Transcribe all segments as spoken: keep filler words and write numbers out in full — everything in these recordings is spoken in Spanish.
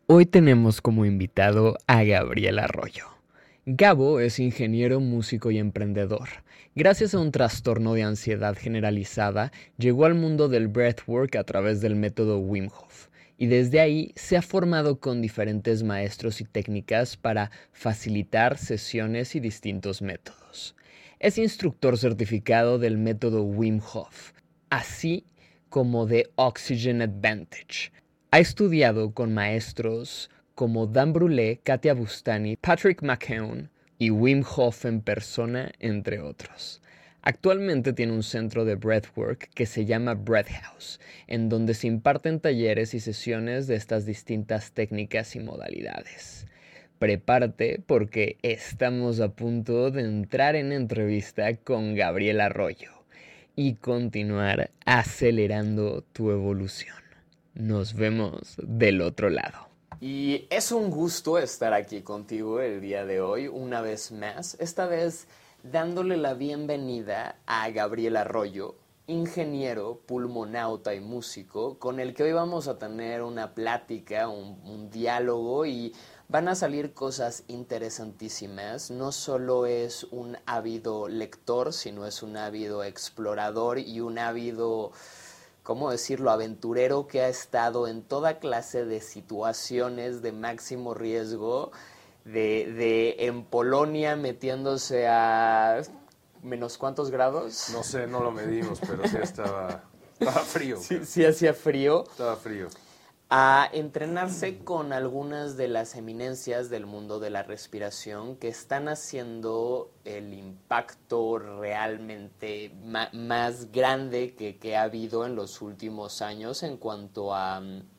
Hoy tenemos como invitado a Gabriel Arroyo. Gabo es ingeniero, músico y emprendedor. Gracias a un trastorno de ansiedad generalizada, llegó al mundo del breathwork a través del método Wim Hof, y desde ahí se ha formado con diferentes maestros y técnicas para facilitar sesiones y distintos métodos. Es instructor certificado del método Wim Hof, así como de Oxygen Advantage. Ha estudiado con maestros como Dan Brulé, Katia Bustani, Patrick McKeown y Wim Hof en persona, entre otros. Actualmente tiene un centro de breathwork que se llama Breath House, en donde se imparten talleres y sesiones de estas distintas técnicas y modalidades. Prepárate porque estamos a punto de entrar en entrevista con Gabriel Arroyo y continuar acelerando tu evolución. Nos vemos del otro lado. Y es un gusto estar aquí contigo el día de hoy, una vez más. Esta vez dándole la bienvenida a Gabriel Arroyo, ingeniero, pulmonauta y músico, con el que hoy vamos a tener una plática, un, un diálogo, y van a salir cosas interesantísimas. No solo es un ávido lector, sino es un ávido explorador y un ávido, ¿cómo decirlo?, aventurero que ha estado en toda clase de situaciones de máximo riesgo, de, de en Polonia metiéndose a menos cuántos grados. No sé, no lo medimos, pero sí estaba, estaba frío. Sí, sí hacía frío. Estaba frío. A entrenarse con algunas de las eminencias del mundo de la respiración que están haciendo el impacto realmente ma- más grande que, que ha habido en los últimos años en cuanto a,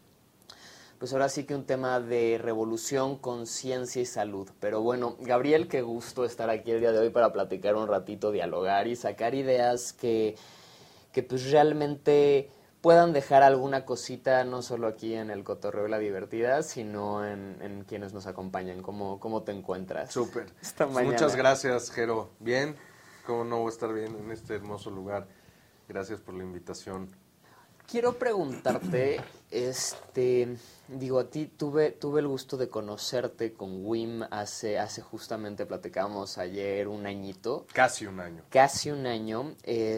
pues ahora sí que un tema de revolución, conciencia y salud. Pero bueno, Gabriel, qué gusto estar aquí el día de hoy para platicar un ratito, dialogar y sacar ideas que, que pues realmente puedan dejar alguna cosita, no solo aquí en el Cotorreo y la Divertida, sino en, en quienes nos acompañan. ¿Cómo, cómo te encuentras? Súper. Esta Pues mañana. muchas gracias, Jero. Bien, cómo no voy a estar bien en este hermoso lugar. Gracias por la invitación. Quiero preguntarte, este, digo, a ti tuve, tuve el gusto de conocerte con Wim hace, hace justamente, platicamos ayer, un añito. Casi un año. Casi un año.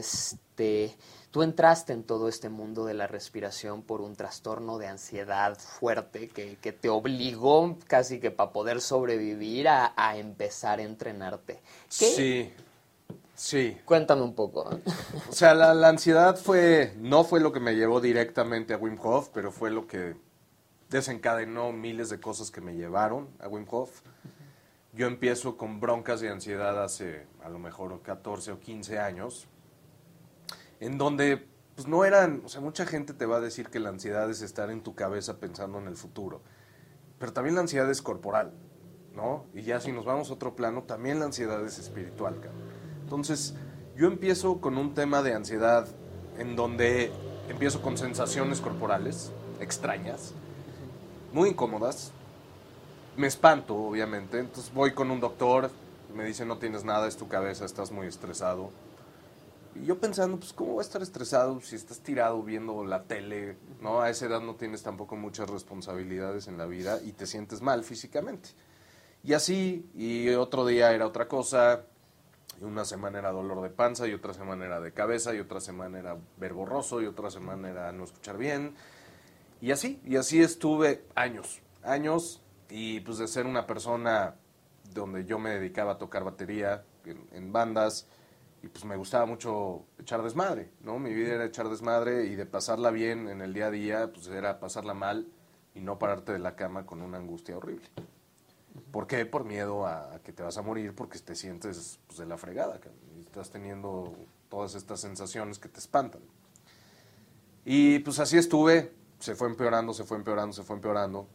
Este, tú entraste en todo este mundo de la respiración por un trastorno de ansiedad fuerte que, que te obligó casi que para poder sobrevivir a, a empezar a entrenarte. ¿Qué? Sí, sí. Cuéntame un poco. O sea, la, la ansiedad fue, no fue lo que me llevó directamente a Wim Hof, pero fue lo que desencadenó miles de cosas que me llevaron a Wim Hof. Yo empiezo con broncas de ansiedad hace a lo mejor catorce o quince años, en donde pues no eran, o sea, mucha gente te va a decir que la ansiedad es estar en tu cabeza pensando en el futuro, pero también la ansiedad es corporal, ¿no? Y ya si nos vamos a otro plano, también la ansiedad es espiritual, cabrón. Entonces, yo empiezo con un tema de ansiedad en donde empiezo con sensaciones corporales extrañas, muy incómodas. Me espanto, obviamente, entonces voy con un doctor, me dice no tienes nada, es tu cabeza, estás muy estresado. Y yo pensando, pues cómo voy a estar estresado si estás tirado viendo la tele, ¿no? A esa edad no tienes tampoco muchas responsabilidades en la vida y te sientes mal físicamente. Y así, y otro día era otra cosa, y una semana era dolor de panza, y otra semana era de cabeza, y otra semana era ver borroso, y otra semana era no escuchar bien. Y así, y así estuve años, años, y pues de ser una persona donde yo me dedicaba a tocar batería en, en bandas, y pues me gustaba mucho echar desmadre, ¿no? Mi vida era echar desmadre y de pasarla bien en el día a día, pues era pasarla mal y no pararte de la cama con una angustia horrible. ¿Por qué? Por miedo a, a que te vas a morir porque te sientes pues, de la fregada, y estás teniendo todas estas sensaciones que te espantan. Y pues así estuve, se fue empeorando, se fue empeorando, se fue empeorando,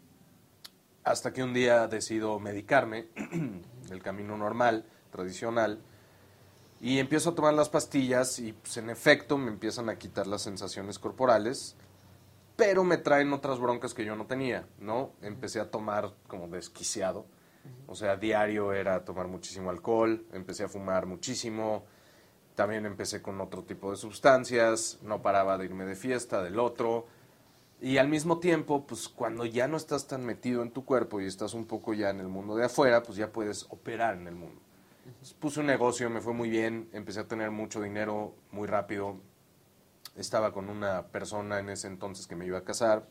hasta que un día decido medicarme, el camino normal, tradicional, y empiezo a tomar las pastillas y pues en efecto me empiezan a quitar las sensaciones corporales, pero me traen otras broncas que yo no tenía, ¿no? Empecé a tomar como desquiciado, o sea, diario era tomar muchísimo alcohol, empecé a fumar muchísimo, también empecé con otro tipo de sustancias, no paraba de irme de fiesta, del otro, Y al mismo tiempo, pues cuando ya no estás tan metido en tu cuerpo y estás un poco ya en el mundo de afuera, pues ya puedes operar en el mundo. Entonces, puse un negocio, me fue muy bien, empecé a tener mucho dinero muy rápido. Estaba con una persona en ese entonces que me iba a casar.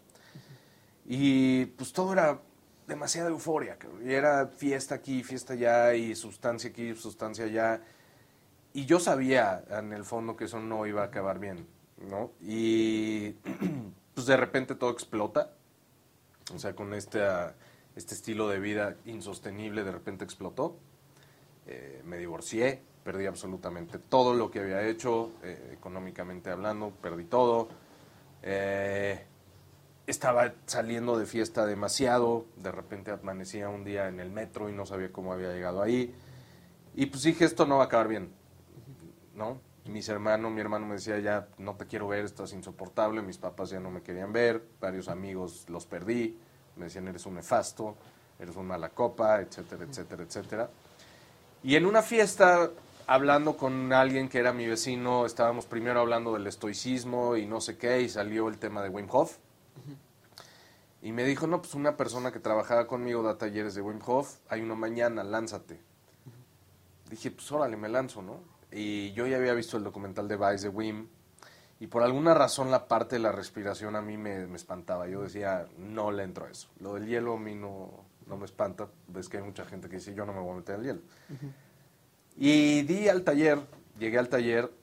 Y pues todo era demasiada euforia, cabrón. Y era fiesta aquí, fiesta allá, y sustancia aquí, sustancia allá. Y yo sabía en el fondo que eso no iba a acabar bien, ¿no? Y pues de repente todo explota. O sea, con este, uh, este estilo de vida insostenible de repente explotó. Eh, me divorcié, perdí absolutamente todo lo que había hecho, eh, económicamente hablando, perdí todo. Eh, estaba saliendo de fiesta demasiado, de repente amanecía un día en el metro y no sabía cómo había llegado ahí. Y pues dije, esto no va a acabar bien, ¿no? Mis hermanos, mi hermano me decía, ya no te quiero ver, estás insoportable, mis papás ya no me querían ver, varios amigos los perdí, me decían, eres un nefasto, eres un mala copa, etcétera, etcétera, etcétera. Y en una fiesta, hablando con alguien que era mi vecino, estábamos primero hablando del estoicismo y no sé qué, y salió el tema de Wim Hof. Uh-huh. Y me dijo, no, pues una persona que trabajaba conmigo da talleres de Wim Hof, hay uno mañana, lánzate. Uh-huh. Dije, pues órale, me lanzo, ¿no? Y yo ya había visto el documental de Vice de Wim, y por alguna razón la parte de la respiración a mí me, me espantaba. Yo decía, no le entro a eso. Lo del hielo a mí no... no me espanta, ves que hay mucha gente que dice, yo no me voy a meter en el hielo. Uh-huh. Y di al taller, llegué al taller,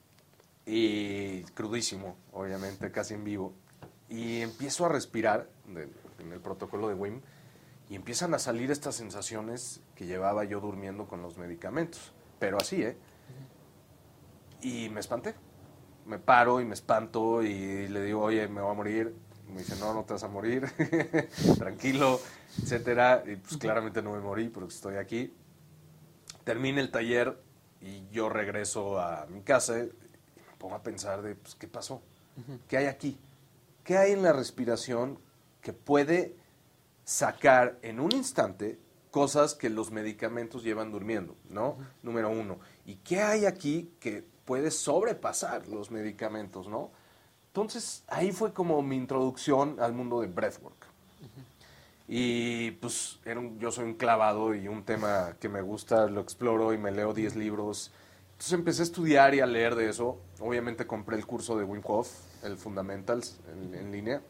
y crudísimo, obviamente, casi en vivo, y empiezo a respirar de, en el protocolo de Wim, y empiezan a salir estas sensaciones que llevaba yo durmiendo con los medicamentos, pero así, ¿eh? Uh-huh. Y me espanté, me paro y me espanto, y le digo, oye, me voy a morir. Me dice, no, no te vas a morir, tranquilo, etcétera. Y pues claramente no me morí porque estoy aquí. Termina el taller y yo regreso a mi casa y me pongo a pensar de, pues, ¿qué pasó? Uh-huh. ¿Qué hay aquí? ¿Qué hay en la respiración que puede sacar en un instante cosas que los medicamentos llevan durmiendo, ¿no? Uh-huh. Número uno. ¿Y qué hay aquí que puede sobrepasar los medicamentos, ¿no? Entonces, ahí fue como mi introducción al mundo de breathwork. Uh-huh. Y pues era un, yo soy un clavado y un tema que me gusta, lo exploro y me leo diez libros. Entonces empecé a estudiar y a leer de eso. Obviamente compré el curso de Wim Hof, el Fundamentals, en, en línea.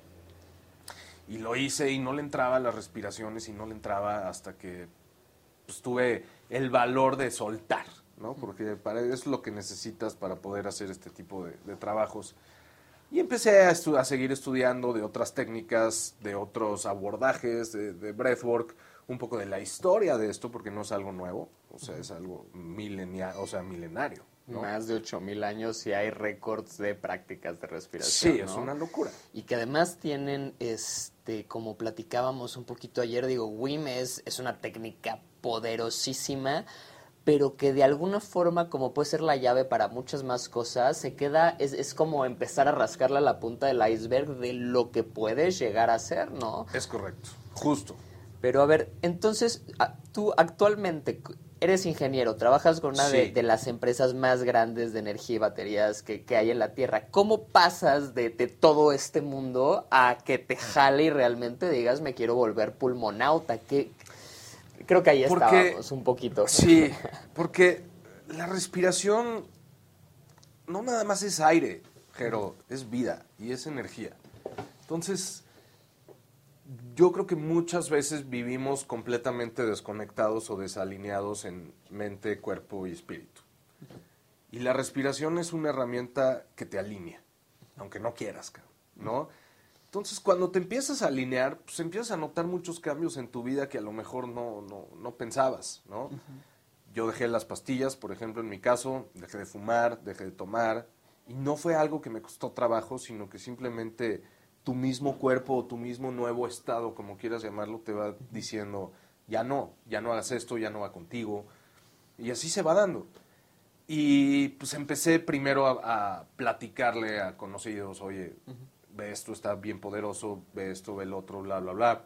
Y lo hice y no le entraba a las respiraciones y no le entraba hasta que pues, tuve el valor de soltar, ¿no? Porque para, es lo que necesitas para poder hacer este tipo de, de trabajos. Y empecé a, estu- a seguir estudiando de otras técnicas, de otros abordajes, de, de breathwork, un poco de la historia de esto, porque no es algo nuevo, o sea, es algo milenia, o sea, milenario, ¿no? Más de ocho mil años y hay récords de prácticas de respiración, Sí, ¿no? es una locura. Y que además tienen, este, como platicábamos un poquito ayer, digo, Wim es, es una técnica poderosísima, pero que de alguna forma, como puede ser la llave para muchas más cosas, se queda, es, es como empezar a rascarle a la punta del iceberg de lo que puedes llegar a ser, ¿no? Es correcto, justo. Pero a ver, entonces, tú actualmente eres ingeniero, trabajas con una sí. de, de las empresas más grandes de energía y baterías que, que hay en la Tierra. ¿Cómo pasas de, de todo este mundo a que te jale y realmente digas, me quiero volver pulmonauta? ¿Qué...? Creo que ahí porque, estábamos un poquito. Sí, porque la respiración no nada más es aire, Jero, es vida y es energía. Entonces, yo creo que muchas veces vivimos completamente desconectados o desalineados en mente, cuerpo y espíritu. Y la respiración es una herramienta que te alinea, aunque no quieras, ¿no? Entonces, cuando te empiezas a alinear, pues empiezas a notar muchos cambios en tu vida que a lo mejor no, no, no pensabas, ¿no? Uh-huh. Yo dejé las pastillas, por ejemplo, en mi caso, dejé de fumar, dejé de tomar, y no fue algo que me costó trabajo, sino que simplemente tu mismo cuerpo o tu mismo nuevo estado, como quieras llamarlo, te va diciendo, ya no, ya no hagas esto, ya no va contigo, y así se va dando. Y pues empecé primero a, a platicarle a conocidos, oye, uh-huh. ve esto, está bien poderoso, ve esto, ve el otro, bla, bla, bla.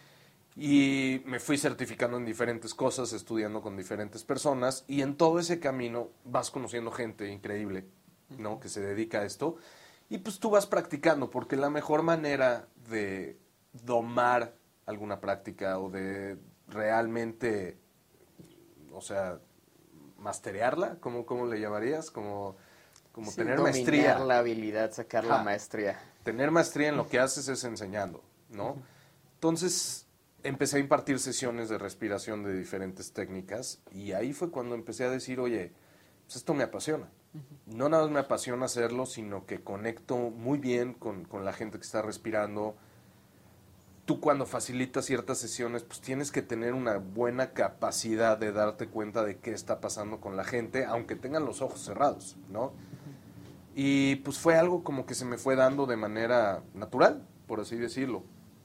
Y me fui certificando en diferentes cosas, estudiando con diferentes personas, y en todo ese camino vas conociendo gente increíble, ¿no? Que se dedica a esto, y pues tú vas practicando, porque la mejor manera de domar alguna práctica o de realmente, o sea, masterearla, ¿cómo, cómo le llamarías? Como, como Sí, tener dominar maestría. la habilidad, sacar Ajá. la maestría. Tener maestría en lo que haces es enseñando, ¿no? Entonces empecé a impartir sesiones de respiración de diferentes técnicas y ahí fue cuando empecé a decir, oye, pues esto me apasiona. No nada más me apasiona hacerlo, sino que conecto muy bien con, con la gente que está respirando. Tú cuando facilitas ciertas sesiones, pues tienes que tener una buena capacidad de darte cuenta de qué está pasando con la gente, aunque tengan los ojos cerrados, ¿no? Y pues fue algo como que se me fue dando de manera natural, por así decirlo.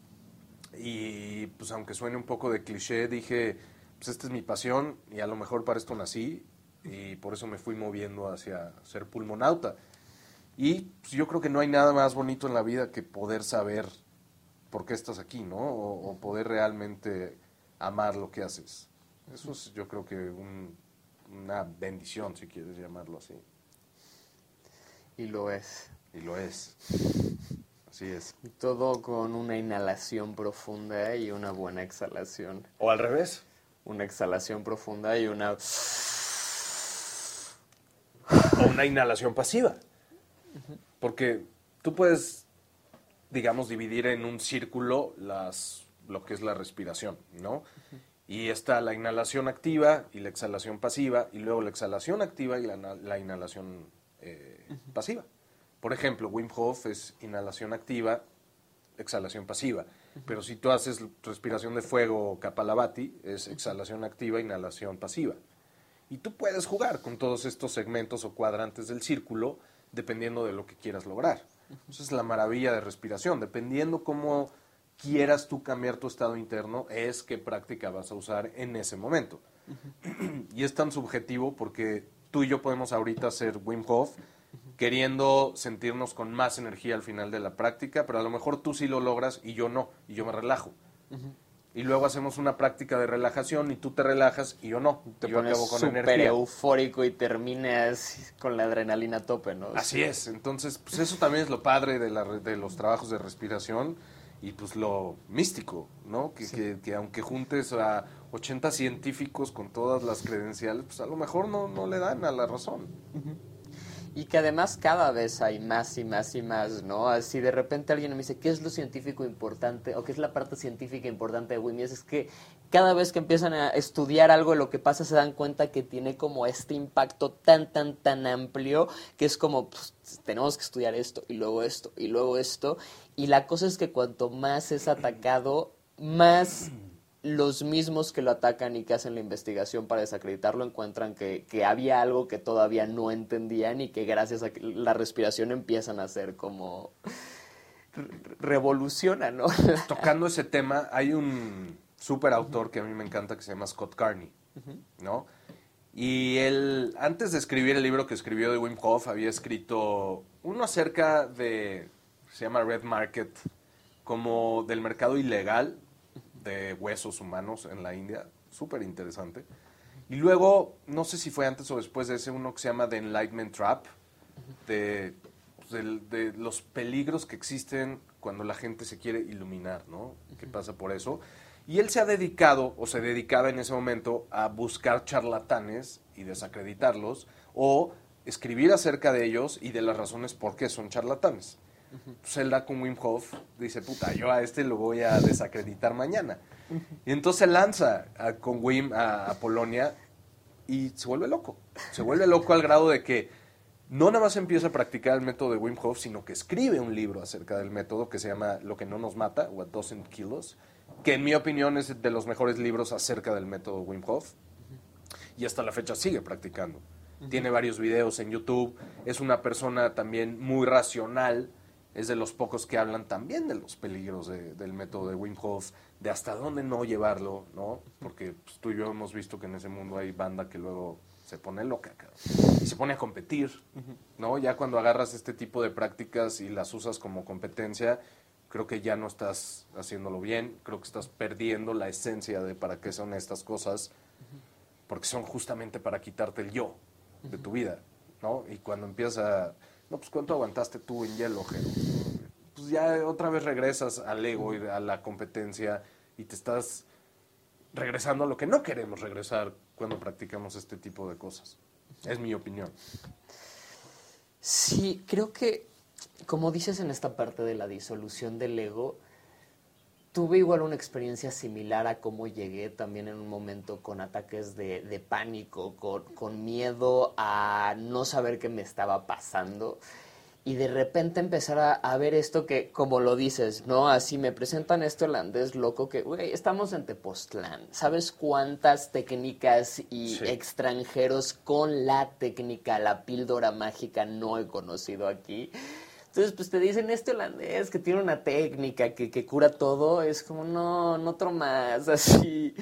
Y pues aunque suene un poco de cliché, dije, pues esta es mi pasión y a lo mejor para esto nací y por eso me fui moviendo hacia ser pulmonauta. Y pues, yo creo que no hay nada más bonito en la vida que poder saber por qué estás aquí, ¿no? O, o poder realmente amar lo que haces. Eso es yo creo que un, una bendición, si quieres llamarlo así. Y lo es. Y lo es. Así es. Todo con una inhalación profunda y una buena exhalación. O al revés. Una exhalación profunda y una... O una inhalación pasiva. Porque tú puedes, digamos, dividir en un círculo las, lo que es la respiración, ¿no? Y está la inhalación activa y la exhalación pasiva, y luego la exhalación activa y la, la inhalación eh, pasiva. Por ejemplo, Wim Hof es inhalación activa, exhalación pasiva. Pero si tú haces respiración de fuego o Kapalabhati, es exhalación activa, inhalación pasiva. Y tú puedes jugar con todos estos segmentos o cuadrantes del círculo dependiendo de lo que quieras lograr. Esa es la maravilla de respiración. Dependiendo cómo quieras tú cambiar tu estado interno, es qué práctica vas a usar en ese momento. Uh-huh. Y es tan subjetivo porque tú y yo podemos ahorita hacer Wim Hof queriendo sentirnos con más energía al final de la práctica, pero a lo mejor tú sí lo logras y yo no, y yo me relajo. Uh-huh. Y luego hacemos una práctica de relajación y tú te relajas y yo no. Te yo pones acabo con súper energía. eufórico y terminas con la adrenalina a tope, ¿no? Así sí. es. Entonces, pues eso también es lo padre de, la, de los trabajos de respiración y pues lo místico, ¿no? Que, sí. que, que aunque juntes a ochenta científicos con todas las credenciales, pues a lo mejor no, no le dan a la razón. Uh-huh. Y que además cada vez hay más y más y más, ¿no? Así de repente alguien me dice, ¿qué es lo científico importante? O ¿qué es la parte científica importante de Wim? Y es que cada vez que empiezan a estudiar algo, lo que pasa se dan cuenta que tiene como este impacto tan, tan, tan amplio, que es como, pues, tenemos que estudiar esto, y luego esto, y luego esto. Y la cosa es que cuanto más es atacado, más los mismos que lo atacan y que hacen la investigación para desacreditarlo encuentran que, que había algo que todavía no entendían y que gracias a la respiración empiezan a hacer como revoluciona, ¿no? Tocando ese tema, hay un súper autor que a mí me encanta que se llama Scott Carney, ¿no? Y él, antes de escribir el libro que escribió de Wim Hof, había escrito uno acerca de, se llama Red Market, como del mercado ilegal de huesos humanos en la India, súper interesante. Y luego, no sé si fue antes o después de ese, uno que se llama The Enlightenment Trap, de, de, de los peligros que existen cuando la gente se quiere iluminar, ¿no? ¿Qué pasa por eso? Y él se ha dedicado, o se dedicaba en ese momento, a buscar charlatanes y desacreditarlos, o escribir acerca de ellos y de las razones por qué son charlatanes. Uh-huh. Pues él da con Wim Hof, dice, puta, yo a este lo voy a desacreditar mañana. Uh-huh. Y entonces lanza a, con Wim a, a Polonia y se vuelve loco. Se vuelve loco al grado de que no nada más empieza a practicar el método de Wim Hof, sino que escribe un libro acerca del método que se llama Lo que no nos mata, What Doesn't Kill Us, que en mi opinión es de los mejores libros acerca del método Wim Hof. Uh-huh. Y hasta la fecha sigue practicando. Uh-huh. Tiene varios videos en YouTube. Es una persona también muy racional. Es de los pocos que hablan también de los peligros de, del método de Wim Hof, de hasta dónde no llevarlo, ¿no? Porque pues, tú y yo hemos visto que en ese mundo hay banda que luego se pone loca, cabrón, y se pone a competir, ¿no? Ya cuando agarras este tipo de prácticas y las usas como competencia, creo que ya no estás haciéndolo bien, creo que estás perdiendo la esencia de para qué son estas cosas, porque son justamente para quitarte el yo de tu vida, ¿no? Y cuando empiezas a... No, pues ¿cuánto aguantaste tú en hielo, Jero? pues ya otra vez regresas al ego y a la competencia y te estás regresando a lo que no queremos regresar cuando practicamos este tipo de cosas. Es mi opinión. Sí, creo que, como dices en esta parte de la disolución del ego, tuve igual una experiencia similar a cómo llegué también en un momento con ataques de, de pánico, con, con miedo a no saber qué me estaba pasando. Y de repente empezar a, a ver esto que, como lo dices, ¿no? Así me presentan este holandés loco que, güey, estamos en Tepoztlán. ¿Sabes cuántas técnicas y Sí. extranjeros con la técnica, la píldora mágica no he conocido aquí? Entonces, pues te dicen este holandés que tiene una técnica que, que cura todo. Es como, no, no otro más, así.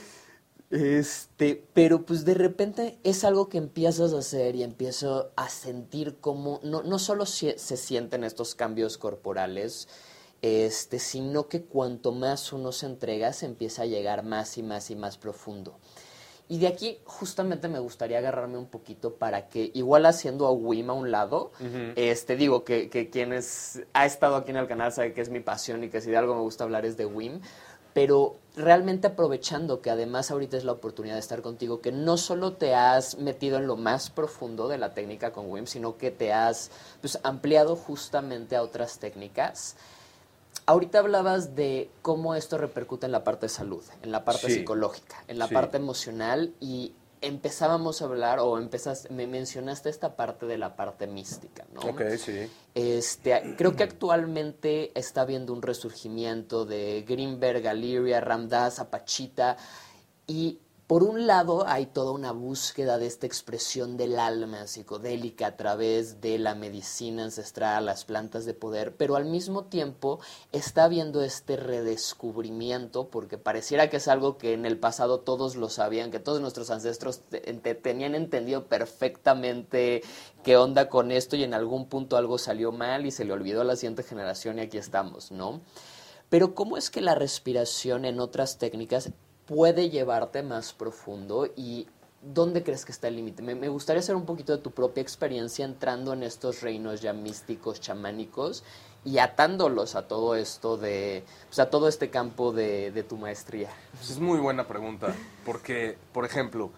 Este, pero pues de repente es algo que empiezas a hacer y empiezo a sentir como no, no solo se, se sienten estos cambios corporales, este, sino que cuanto más uno se entrega se empieza a llegar más y más y más profundo. Y de aquí justamente me gustaría agarrarme un poquito para que, igual haciendo a Wim a un lado, Uh-huh. este, digo que, que quien es, ha estado aquí en el canal sabe que es mi pasión y que si de algo me gusta hablar es de Wim, pero realmente aprovechando que además ahorita es la oportunidad de estar contigo, que no solo te has metido en lo más profundo de la técnica con Wim, sino que te has pues, ampliado justamente a otras técnicas. Ahorita hablabas de cómo esto repercute en la parte de salud, en la parte Sí. psicológica, en la Sí. parte emocional, y empezábamos a hablar o empezaste, me mencionaste esta parte de la parte mística, ¿no? Ok, sí. Este, creo que actualmente está habiendo un resurgimiento de Greenberg, Galiria, Ramdas, Apachita, y por un lado hay toda una búsqueda de esta expresión del alma psicodélica a través de la medicina ancestral, las plantas de poder, pero al mismo tiempo está habiendo este redescubrimiento, porque pareciera que es algo que en el pasado todos lo sabían, que todos nuestros ancestros te, te, tenían entendido perfectamente qué onda con esto y en algún punto algo salió mal y se le olvidó a la siguiente generación y aquí estamos, ¿no? Pero ¿cómo es que la respiración en otras técnicas puede llevarte más profundo y dónde crees que está el límite? Me, me gustaría saber un poquito de tu propia experiencia entrando en estos reinos ya místicos, chamánicos y atándolos a todo esto de, pues a todo este campo de, de tu maestría. Pues es muy buena pregunta, porque, por ejemplo,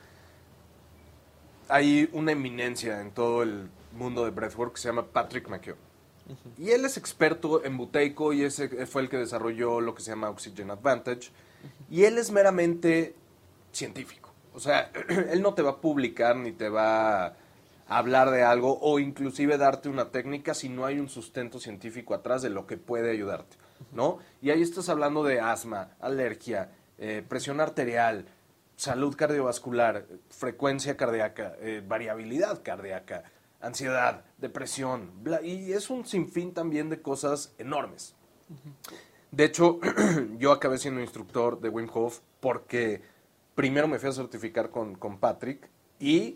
hay una eminencia en todo el mundo de breathwork que se llama Patrick McKeown. Uh-huh. Y él es experto en buteyko y ese fue el que desarrolló lo que se llama Oxygen Advantage. Uh-huh. Y él es meramente científico. O sea, él no te va a publicar ni te va a hablar de algo o inclusive darte una técnica si no hay un sustento científico atrás de lo que puede ayudarte, ¿no? Y ahí estás hablando de asma, alergia, eh, presión arterial, salud cardiovascular, frecuencia cardíaca, eh, variabilidad cardíaca, ansiedad, depresión, bla, y es un sinfín también de cosas enormes. Uh-huh. De hecho, yo acabé siendo instructor de Wim Hof porque primero me fui a certificar con, con Patrick y,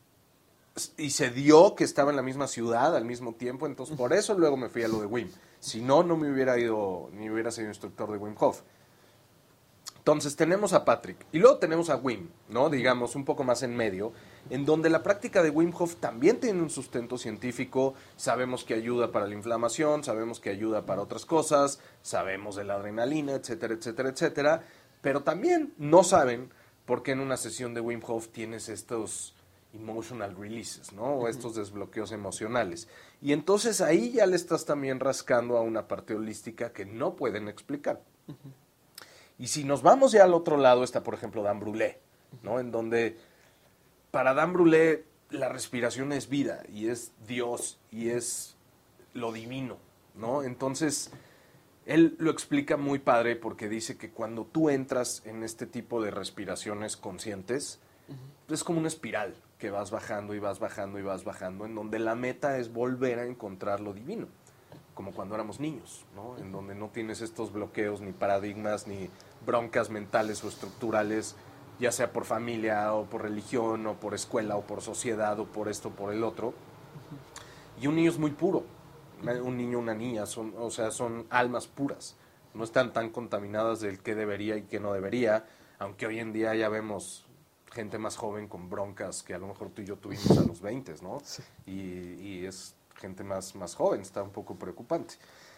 y se dio que estaba en la misma ciudad al mismo tiempo, entonces por eso luego me fui a lo de Wim. Si no, no me hubiera ido, ni hubiera sido instructor de Wim Hof. Entonces tenemos a Patrick y luego tenemos a Wim, ¿no? Digamos, un poco más en medio, en donde la práctica de Wim Hof también tiene un sustento científico, sabemos que ayuda para la inflamación, sabemos que ayuda para otras cosas, sabemos de la adrenalina, etcétera, etcétera, etcétera, pero también no saben por qué en una sesión de Wim Hof tienes estos emotional releases, ¿no? O estos desbloqueos emocionales. Y entonces ahí ya le estás también rascando a una parte holística que no pueden explicar. Uh-huh. Y si nos vamos ya al otro lado está, por ejemplo, Dan Brulé, ¿no? En donde para Dan Brulé la respiración es vida y es Dios y es lo divino, ¿no? Entonces, él lo explica muy padre porque dice que cuando tú entras en este tipo de respiraciones conscientes, uh-huh. es como una espiral que vas bajando y vas bajando y vas bajando, en donde la meta es volver a encontrar lo divino. Como cuando éramos niños, ¿no? En donde no tienes estos bloqueos, ni paradigmas, ni broncas mentales o estructurales, ya sea por familia, o por religión, o por escuela, o por sociedad, o por esto, o por el otro. Y un niño es muy puro. Un niño, una niña, son, o sea, son almas puras. No están tan contaminadas del qué debería y qué no debería, aunque hoy en día ya vemos gente más joven con broncas que a lo mejor tú y yo tuvimos a los veinte, ¿no? Sí. Y, y es... gente más, más joven, está un poco preocupante.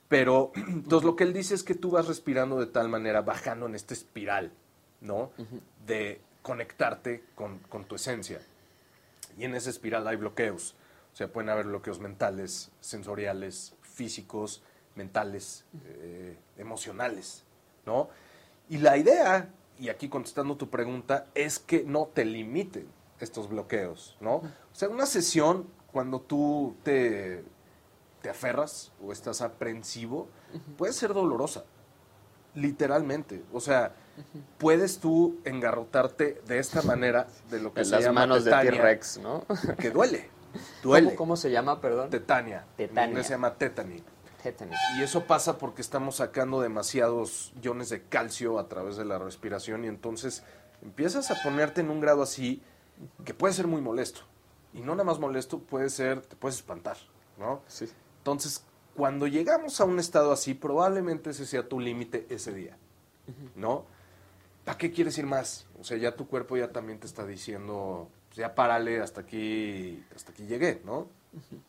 Pero, entonces lo que él dice es que tú vas respirando de tal manera, bajando en esta espiral, ¿no? Uh-huh. De conectarte con, con tu esencia. Y en esa espiral hay bloqueos. O sea, pueden haber bloqueos mentales, sensoriales, físicos, mentales, eh, emocionales, ¿no? Y la idea, y aquí contestando tu pregunta, es que no te limiten estos bloqueos, ¿no? O sea, una sesión, cuando tú te, te aferras o estás aprensivo, puede ser dolorosa, literalmente. O sea, puedes tú engarrotarte de esta manera, de lo que en se las llama manos tetania, de T-Rex, ¿no? Que duele, duele. ¿Cómo, ¿Cómo se llama, perdón? Tetania. Tetania. En inglés se llama tetany. Tetany. Y eso pasa porque estamos sacando demasiados iones de calcio a través de la respiración y entonces empiezas a ponerte en un grado así que puede ser muy molesto. Y no nada más molesto, puede ser, te puedes espantar, ¿no? Sí. Entonces, cuando llegamos a un estado así, probablemente ese sea tu límite ese día, ¿no? ¿Para qué quieres ir más? O sea, ya tu cuerpo ya también te está diciendo, ya párale, hasta aquí, hasta aquí llegué, ¿no? Uh-huh.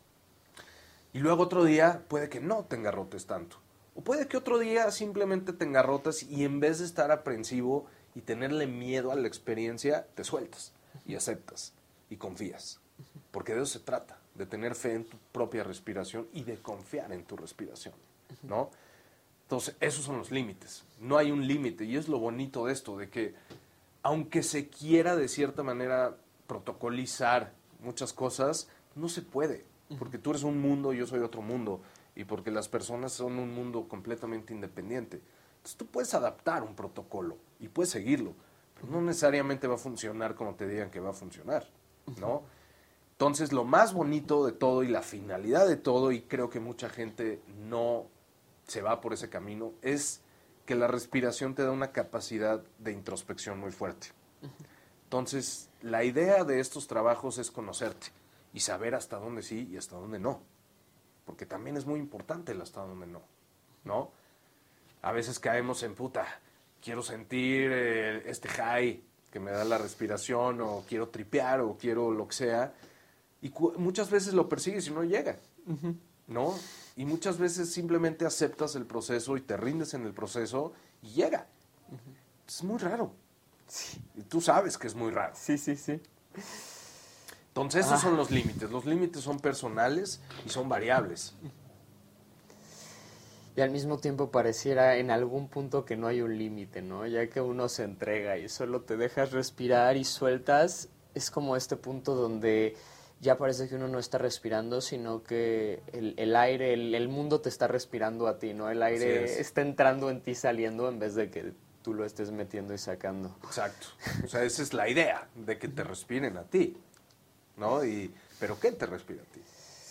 Y luego otro día puede que no te engarrotes tanto. O puede que otro día simplemente te engarrotas y en vez de estar aprensivo y tenerle miedo a la experiencia, te sueltas y aceptas y confías. Porque de eso se trata, de tener fe en tu propia respiración y de confiar en tu respiración, ¿no? Entonces, esos son los límites. No hay un límite y es lo bonito de esto, de que aunque se quiera de cierta manera protocolizar muchas cosas, no se puede. Porque tú eres un mundo, yo soy otro mundo, y porque las personas son un mundo completamente independiente. Entonces tú puedes adaptar un protocolo y puedes seguirlo, pero no necesariamente va a funcionar como te digan que va a funcionar, ¿no? Entonces lo más bonito de todo y la finalidad de todo, y creo que mucha gente no se va por ese camino, es que la respiración te da una capacidad de introspección muy fuerte. Entonces la idea de estos trabajos es conocerte y saber hasta dónde sí y hasta dónde no. Porque también es muy importante el hasta dónde no, ¿no? A veces caemos en puta, quiero sentir eh, este high que me da la respiración, o quiero tripear, o quiero lo que sea, y cu- muchas veces lo persigues y no llega, uh-huh. ¿no? Y muchas veces simplemente aceptas el proceso y te rindes en el proceso y llega. Uh-huh. Es muy raro. Sí. Y tú sabes que es muy raro. Sí, sí, sí. Entonces esos ah. son los límites. Los límites son personales y son variables. Y al mismo tiempo pareciera en algún punto que no hay un límite, ¿no? Ya que uno se entrega y solo te dejas respirar y sueltas, es como este punto donde ya parece que uno no está respirando, sino que el, el aire, el, el mundo te está respirando a ti, ¿no? El aire es. está entrando en ti, saliendo, en vez de que tú lo estés metiendo y sacando. Exacto. O sea, esa es la idea, de que te respiren a ti, ¿no? Y, ¿pero qué te respira a ti?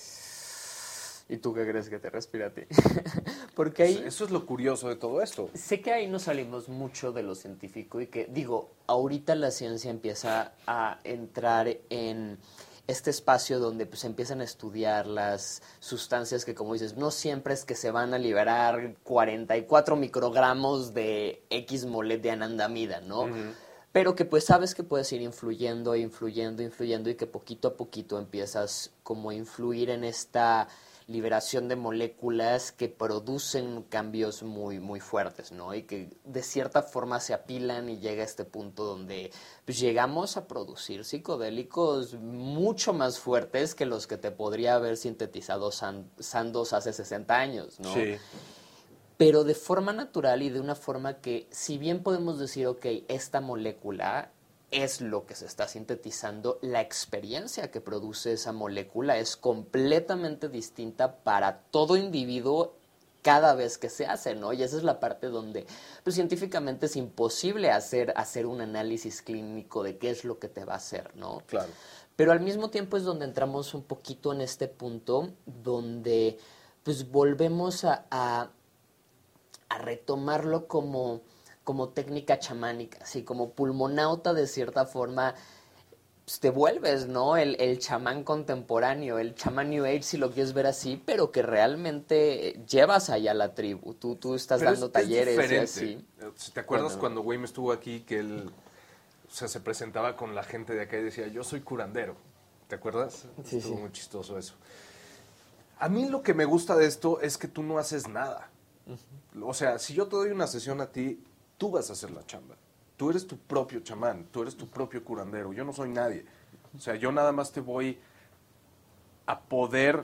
¿Y tú qué crees que te respira a ti? Porque ahí... Eso es lo curioso de todo esto. Sé que ahí nos salimos mucho de lo científico y que, digo, ahorita la ciencia empieza a entrar en este espacio donde pues empiezan a estudiar las sustancias que, como dices, no siempre es que se van a liberar cuarenta y cuatro microgramos de X molet de anandamida, ¿no? Uh-huh. Pero que pues sabes que puedes ir influyendo, influyendo, influyendo y que poquito a poquito empiezas como a influir en esta liberación de moléculas que producen cambios muy, muy fuertes, ¿no? Y que de cierta forma se apilan y llega a este punto donde pues, llegamos a producir psicodélicos mucho más fuertes que los que te podría haber sintetizado San- Sandoz hace sesenta años, ¿no? Sí. Pero de forma natural y de una forma que, si bien podemos decir, ok, esta molécula es lo que se está sintetizando, la experiencia que produce esa molécula es completamente distinta para todo individuo cada vez que se hace, ¿no? Y esa es la parte donde pues, científicamente es imposible hacer, hacer un análisis clínico de qué es lo que te va a hacer, ¿no? Claro. Pero al mismo tiempo es donde entramos un poquito en este punto donde pues volvemos a, a, a retomarlo como... como técnica chamánica, así como pulmonauta de cierta forma, pues te vuelves, ¿no? El, el chamán contemporáneo, el chamán New Age, si lo quieres ver así, pero que realmente llevas allá a la tribu. Tú, tú estás pero dando es, talleres es y así. ¿Te acuerdas Bueno. cuando Wim estuvo aquí que él o sea, se presentaba con la gente de acá y decía, yo soy curandero? ¿Te acuerdas? Sí, Estuvo sí. muy chistoso eso. A mí lo que me gusta de esto es que tú no haces nada. Uh-huh. O sea, si yo te doy una sesión a ti, tú vas a hacer la chamba. Tú eres tu propio chamán, tú eres tu propio curandero. Yo no soy nadie. O sea, yo nada más te voy a poder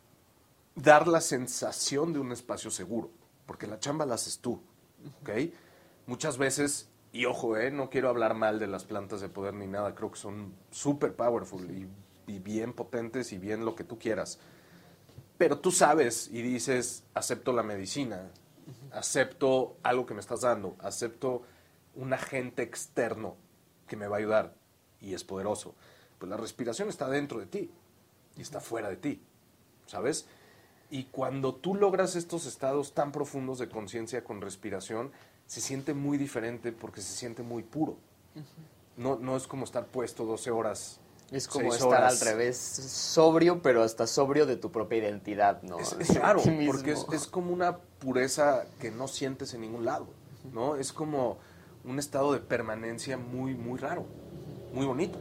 dar la sensación de un espacio seguro, porque la chamba la haces tú, ¿ok? Muchas veces, y ojo, eh, no quiero hablar mal de las plantas de poder ni nada, creo que son súper powerful y, y bien potentes y bien lo que tú quieras. Pero tú sabes y dices, acepto la medicina, acepto algo que me estás dando, acepto un agente externo que me va a ayudar y es poderoso. Pues la respiración está dentro de ti y está fuera de ti, ¿sabes? Y cuando tú logras estos estados tan profundos de conciencia con respiración, se siente muy diferente porque se siente muy puro. No, no es como estar puesto doce horas. Es como estar horas. Al revés, sobrio, pero hasta sobrio de tu propia identidad, ¿no? Es, es raro, porque es, es como una pureza que no sientes en ningún lado, ¿no? Es como un estado de permanencia muy, muy raro, muy bonito,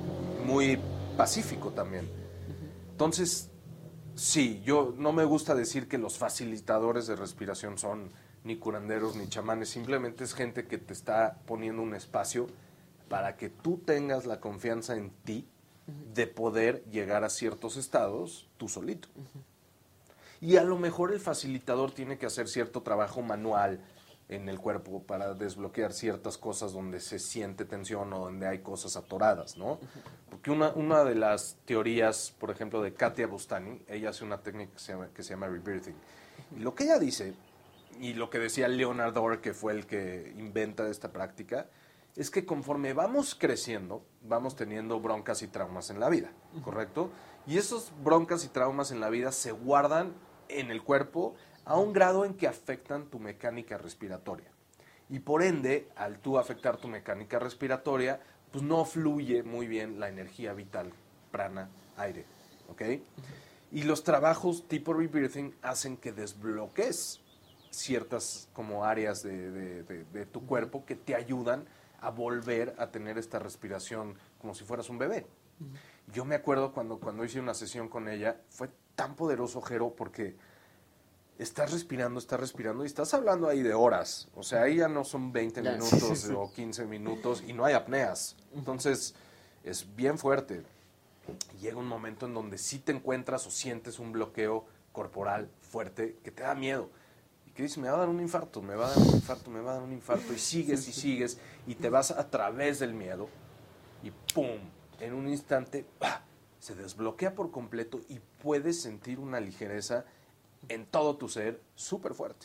muy pacífico también. Entonces, sí, yo no me gusta decir que los facilitadores de respiración son ni curanderos ni chamanes, simplemente es gente que te está poniendo un espacio para que tú tengas la confianza en ti de poder llegar a ciertos estados tú solito. Uh-huh. Y a lo mejor el facilitador tiene que hacer cierto trabajo manual en el cuerpo para desbloquear ciertas cosas donde se siente tensión o donde hay cosas atoradas, ¿no? Uh-huh. Porque una, una de las teorías, por ejemplo, de Katia Bustani, ella hace una técnica que se llama, que se llama rebirthing. Uh-huh. Y lo que ella dice, y lo que decía Leonard Orr, que fue el que inventa esta práctica, es que conforme vamos creciendo, vamos teniendo broncas y traumas en la vida, ¿correcto? Y esos broncas y traumas en la vida se guardan en el cuerpo a un grado en que afectan tu mecánica respiratoria. Y por ende, al tú afectar tu mecánica respiratoria, pues no fluye muy bien la energía vital, prana, aire, ¿ok? Y los trabajos tipo rebirthing hacen que desbloques ciertas como áreas de, de, de, de tu cuerpo que te ayudan a volver a tener esta respiración como si fueras un bebé. Uh-huh. Yo me acuerdo cuando, cuando hice una sesión con ella, fue tan poderoso, Jero, porque estás respirando, estás respirando y estás hablando ahí de horas. O sea, ahí ya no son veinte ya, minutos sí, sí, sí. o quince minutos y no hay apneas. Entonces, es bien fuerte. Y llega un momento en donde sí te encuentras o sientes un bloqueo corporal fuerte que te da miedo. Que dices, me va a dar un infarto, me va a dar un infarto, me va a dar un infarto, y sigues y sigues, y te vas a través del miedo, y ¡pum! En un instante, ¡bah! Se desbloquea por completo y puedes sentir una ligereza en todo tu ser súper fuerte.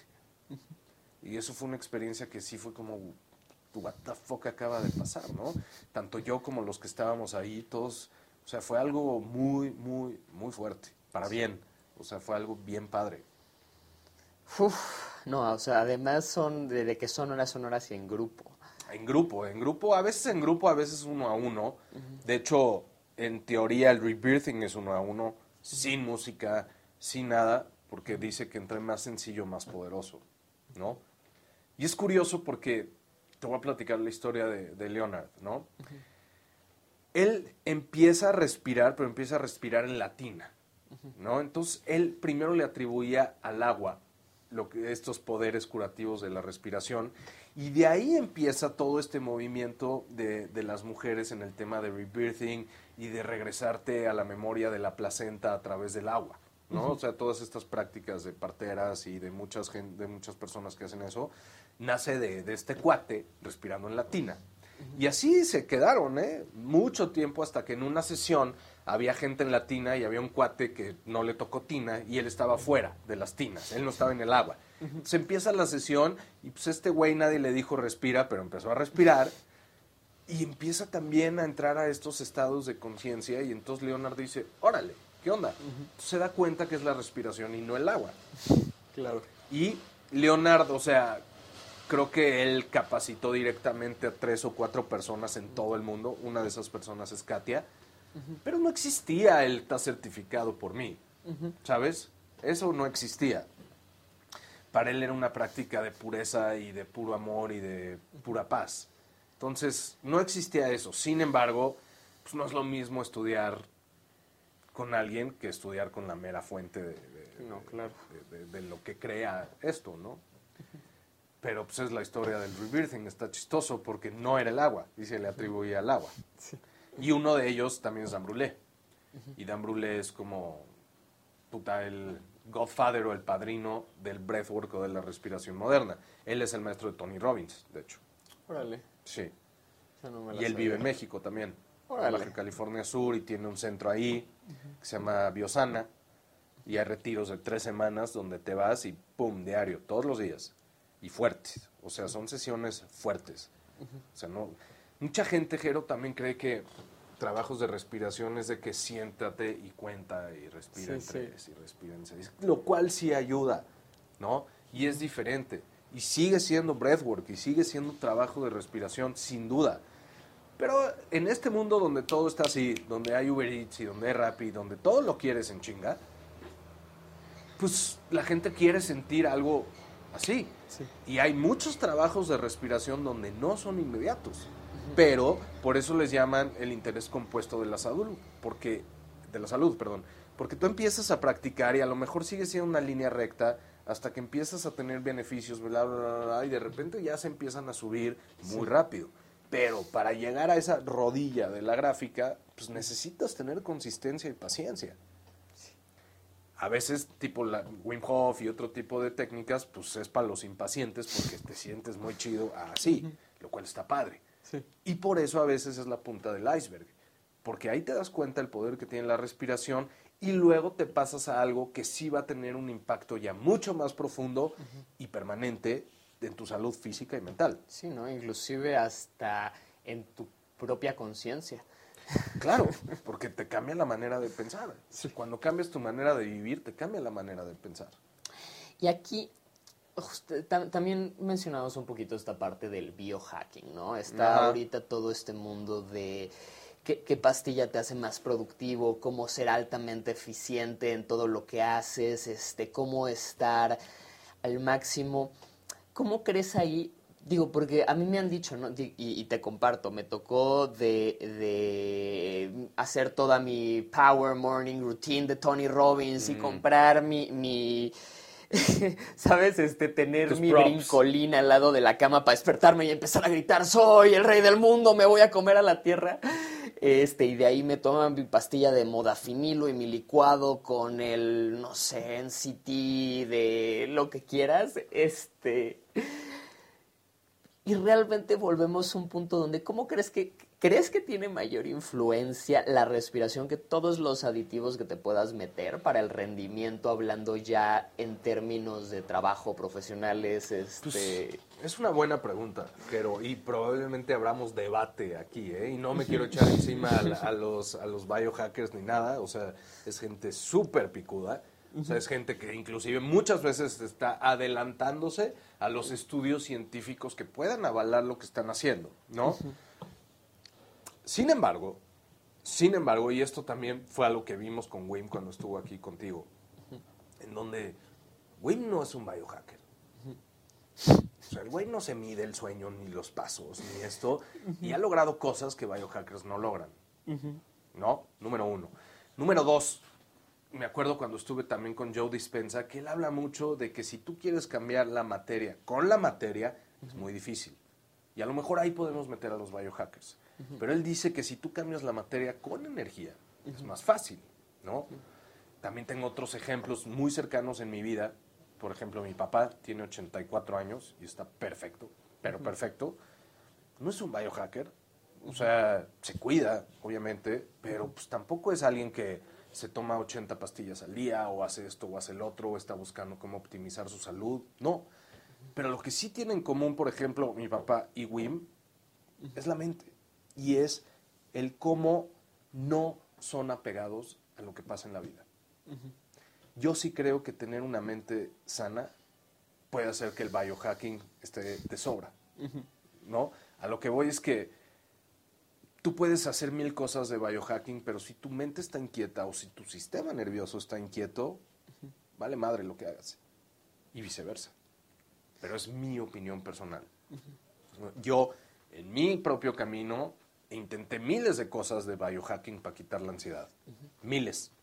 Y eso fue una experiencia que sí fue como, what the fuck acaba de pasar, ¿no? Tanto yo como los que estábamos ahí, todos, o sea, fue algo muy, muy, muy fuerte, para bien, o sea, fue algo bien padre. Uf, no, o sea, además son de, de que son horas, son horas y en grupo. En grupo, en grupo, a veces en grupo, a veces uno a uno. Uh-huh. De hecho, en teoría el rebirthing es uno a uno, uh-huh. sin música, sin nada, porque dice que entre más sencillo, más poderoso, ¿no? Y es curioso porque, te voy a platicar la historia de, de Leonard, ¿no? Uh-huh. Él empieza a respirar, pero empieza a respirar en latina, ¿no? Entonces, él primero le atribuía al agua lo que, estos poderes curativos de la respiración, y de ahí empieza todo este movimiento de, de las mujeres en el tema de rebirthing y de regresarte a la memoria de la placenta a través del agua, ¿no? Uh-huh. O sea, todas estas prácticas de parteras y de muchas, gen, de muchas personas que hacen eso, nace de, de este cuate respirando en latina. Uh-huh. Y así se quedaron, ¿eh? Mucho tiempo, hasta que en una sesión había gente en la tina y había un cuate que no le tocó tina y él estaba fuera de las tinas, él no estaba en el agua. Uh-huh. Se empieza la sesión y pues este güey nadie le dijo respira, pero empezó a respirar y empieza también a entrar a estos estados de conciencia, y entonces Leonard dice, órale, ¿qué onda? Uh-huh. Se da cuenta que es la respiración y no el agua. Claro. Y Leonard, o sea, creo que él capacitó directamente a tres o cuatro personas en todo el mundo. Una de esas personas es Katia. Uh-huh. Pero no existía el está certificado por mí, uh-huh. ¿sabes? Eso no existía. Para él era una práctica de pureza y de puro amor y de pura paz. Entonces, no existía eso. Sin embargo, pues no es lo mismo estudiar con alguien que estudiar con la mera fuente de, de, no, claro. de, de, de lo que crea esto, ¿no? Pero pues es la historia del rebirthing, está chistoso porque no era el agua, y se le atribuía al agua. Sí. Y uno de ellos también es Dan Brulé. Uh-huh. Y Dan Brulé es como, puta, el godfather o el padrino del breathwork o de la respiración moderna. Él es el maestro de Tony Robbins, de hecho. Órale. Sí. No me y él sabía. Vive en México también. Órale. En Baja California Sur, y tiene un centro ahí uh-huh. que se llama Biosana. Y hay retiros de tres semanas donde te vas y pum, diario, todos los días. Y fuertes. O sea, son sesiones fuertes. Uh-huh. O sea, no... Mucha gente, Jero, también cree que trabajos de respiración es de que siéntate y cuenta y respira sí, en tres sí. y respira en seis. Lo cual sí ayuda, ¿no? Y es diferente. Y sigue siendo breathwork y sigue siendo trabajo de respiración, sin duda. Pero en este mundo donde todo está así, donde hay Uber Eats y donde hay Rappi, donde todo lo quieres en chinga, pues la gente quiere sentir algo así. Sí. Y hay muchos trabajos de respiración donde no son inmediatos. Uh-huh. Pero por eso les llaman el interés compuesto de la salud, porque de la salud, perdón, porque tú empiezas a practicar y a lo mejor sigue siendo una línea recta hasta que empiezas a tener beneficios, bla, bla, bla, bla, y de repente ya se empiezan a subir muy sí. rápido. Pero para llegar a esa rodilla de la gráfica, pues necesitas tener consistencia y paciencia. A veces, tipo la Wim Hof y otro tipo de técnicas, pues es para los impacientes porque te sientes muy chido así, uh-huh. lo cual está padre. Sí. Y por eso a veces es la punta del iceberg, porque ahí te das cuenta el poder que tiene la respiración y luego te pasas a algo que sí va a tener un impacto ya mucho más profundo uh-huh. y permanente en tu salud física y mental. Sí, ¿no? Inclusive hasta en tu propia conciencia. Claro, porque te cambia la manera de pensar. Sí. Cuando cambias tu manera de vivir, te cambia la manera de pensar. Y aquí, usted, tam, también mencionamos un poquito esta parte del biohacking, ¿no? Está Ajá. ahorita todo este mundo de qué, qué pastilla te hace más productivo, cómo ser altamente eficiente en todo lo que haces, este, cómo estar al máximo. ¿Cómo crees ahí? Digo, porque a mí me han dicho, ¿no? Y, y te comparto, me tocó de, de hacer toda mi Power Morning Routine de Tony Robbins mm. y comprar mi, mi ¿sabes? Este, tener Tus mi props. brincolina al lado de la cama para despertarme y empezar a gritar, soy el rey del mundo, me voy a comer a la tierra. Este, y de ahí me toman mi pastilla de modafinilo y mi licuado con el, no sé, N C T, de lo que quieras, este... Y realmente volvemos a un punto donde, ¿cómo crees que, crees que tiene mayor influencia la respiración que todos los aditivos que te puedas meter para el rendimiento, hablando ya en términos de trabajo profesionales? Este... Pues, es una buena pregunta, pero y probablemente abramos debate aquí, ¿eh? Y no me quiero echar encima a, a, los, a los biohackers ni nada, o sea, es gente súper picuda. O sea, es gente que inclusive muchas veces está adelantándose a los estudios científicos que puedan avalar lo que están haciendo, ¿no? Uh-huh. Sin embargo, sin embargo, y esto también fue algo que vimos con Wim cuando estuvo aquí contigo, uh-huh. en donde Wim no es un biohacker. Uh-huh. O sea, el güey no se mide el sueño, ni los pasos, ni esto, uh-huh. y ha logrado cosas que biohackers no logran, uh-huh. ¿no? Número uno. Número dos, me acuerdo cuando estuve también con Joe Dispenza, que él habla mucho de que si tú quieres cambiar la materia con la materia, uh-huh. es muy difícil. Y a lo mejor ahí podemos meter a los biohackers. Uh-huh. Pero él dice que si tú cambias la materia con energía, uh-huh. es más fácil, ¿no? Uh-huh. También tengo otros ejemplos muy cercanos en mi vida. Por ejemplo, mi papá tiene ochenta y cuatro años y está perfecto, pero uh-huh. perfecto. No es un biohacker. O sea, se cuida, obviamente, pero pues tampoco es alguien que se toma ochenta pastillas al día, o hace esto, o hace el otro, o está buscando cómo optimizar su salud. No. Pero lo que sí tienen en común, por ejemplo, mi papá y Wim, es la mente. Y es el cómo no son apegados a lo que pasa en la vida. Uh-huh. Yo sí creo que tener una mente sana puede hacer que el biohacking esté de sobra. Uh-huh. ¿No? A lo que voy es que tú puedes hacer mil cosas de biohacking, pero si tu mente está inquieta o si tu sistema nervioso está inquieto, uh-huh. vale madre lo que hagas. Y viceversa. Pero es mi opinión personal. Uh-huh. Yo, en mi propio camino, intenté miles de cosas de biohacking para quitar la ansiedad. Uh-huh. Miles.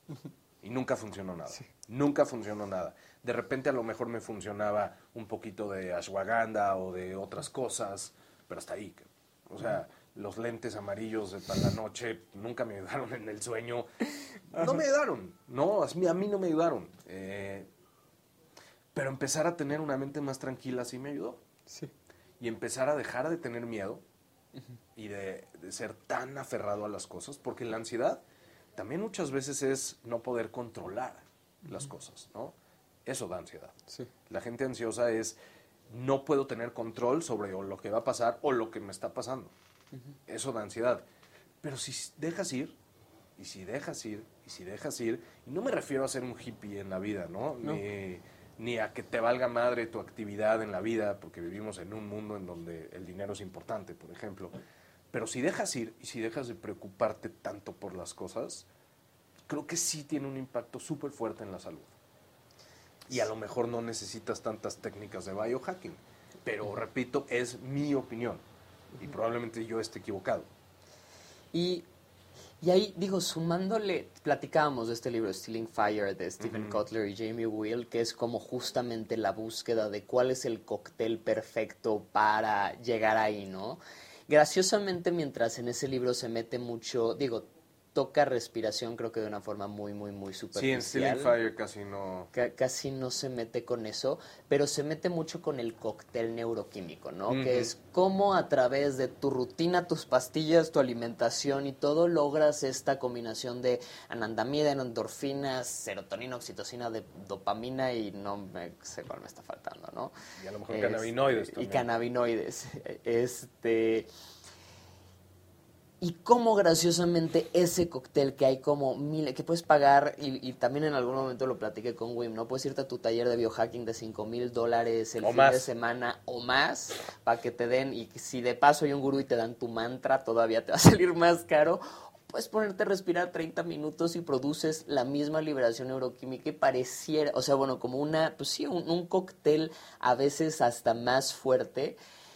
Y nunca funcionó nada. Sí. Nunca funcionó nada. De repente a lo mejor me funcionaba un poquito de ashwagandha o de otras cosas, pero hasta ahí. O sea, los lentes amarillos de para la noche nunca me ayudaron en el sueño. No me ayudaron. No, a mí, a mí no me ayudaron. Eh, pero empezar a tener una mente más tranquila sí me ayudó. Sí. Y empezar a dejar de tener miedo uh-huh. y de, de ser tan aferrado a las cosas, porque la ansiedad también muchas veces es no poder controlar uh-huh. las cosas, ¿no? Eso da ansiedad. Sí. La gente ansiosa es no puedo tener control sobre o lo que va a pasar o lo que me está pasando. Uh-huh. Eso da ansiedad. Pero si dejas ir, y si dejas ir, y si dejas ir, y no me refiero a ser un hippie en la vida, ¿no? no. Ni, ni a que te valga madre tu actividad en la vida, porque vivimos en un mundo en donde el dinero es importante, por ejemplo. Pero si dejas ir y si dejas de preocuparte tanto por las cosas, creo que sí tiene un impacto súper fuerte en la salud. Y a lo mejor no necesitas tantas técnicas de biohacking, pero repito, es mi opinión y probablemente yo esté equivocado. Y, y ahí, digo, sumándole, platicábamos de este libro Stealing Fire de Stephen uh-huh. Kotler y Jamie Wheal, que es como justamente la búsqueda de cuál es el cóctel perfecto para llegar ahí, ¿no? Graciosamente, mientras en ese libro se mete mucho, digo, toca respiración, creo que de una forma muy, muy, muy superficial. Sí, en Stealing Fire casi no... C- casi no se mete con eso, pero se mete mucho con el cóctel neuroquímico, ¿no? Uh-huh. Que es cómo a través de tu rutina, tus pastillas, tu alimentación y todo, logras esta combinación de anandamida, endorfinas, serotonina, oxitocina, de dopamina y no me sé cuál me está faltando, ¿no? Y a lo mejor es, cannabinoides también. Y cannabinoides. Este... Y cómo graciosamente ese cóctel que hay como mil, que puedes pagar, y, y también en algún momento lo platiqué con Wim, ¿no? Puedes irte a tu taller de biohacking de cinco mil dólares el o fin más. de semana o más, para que te den, y si de paso hay un gurú y te dan tu mantra, todavía te va a salir más caro. Puedes ponerte a respirar treinta minutos y produces la misma liberación neuroquímica y pareciera, o sea, bueno, como una, pues sí, un, un cóctel a veces hasta más fuerte.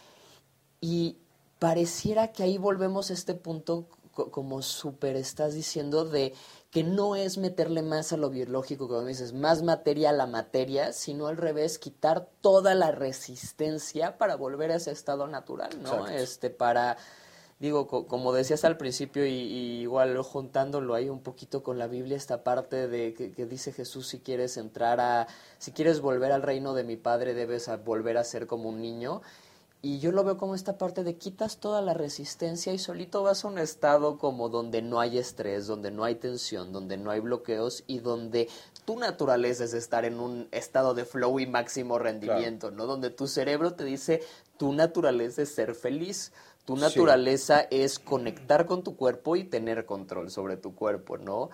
Y pareciera que ahí volvemos a este punto, como súper estás diciendo, de que no es meterle más a lo biológico, como dices, más materia a la materia, sino al revés, quitar toda la resistencia para volver a ese estado natural, ¿no? Exacto. Este, para, digo, co- como decías al principio, y, y igual juntándolo ahí un poquito con la Biblia, esta parte de que, que dice Jesús, si quieres entrar a, si quieres volver al reino de mi Padre, debes a volver a ser como un niño. Y yo lo veo como esta parte de quitas toda la resistencia y solito vas a un estado como donde no hay estrés, donde no hay tensión, donde no hay bloqueos y donde tu naturaleza es estar en un estado de flow y máximo rendimiento, claro. ¿no? Donde tu cerebro te dice, tu naturaleza es ser feliz, tu naturaleza sí. es conectar con tu cuerpo y tener control sobre tu cuerpo, ¿no?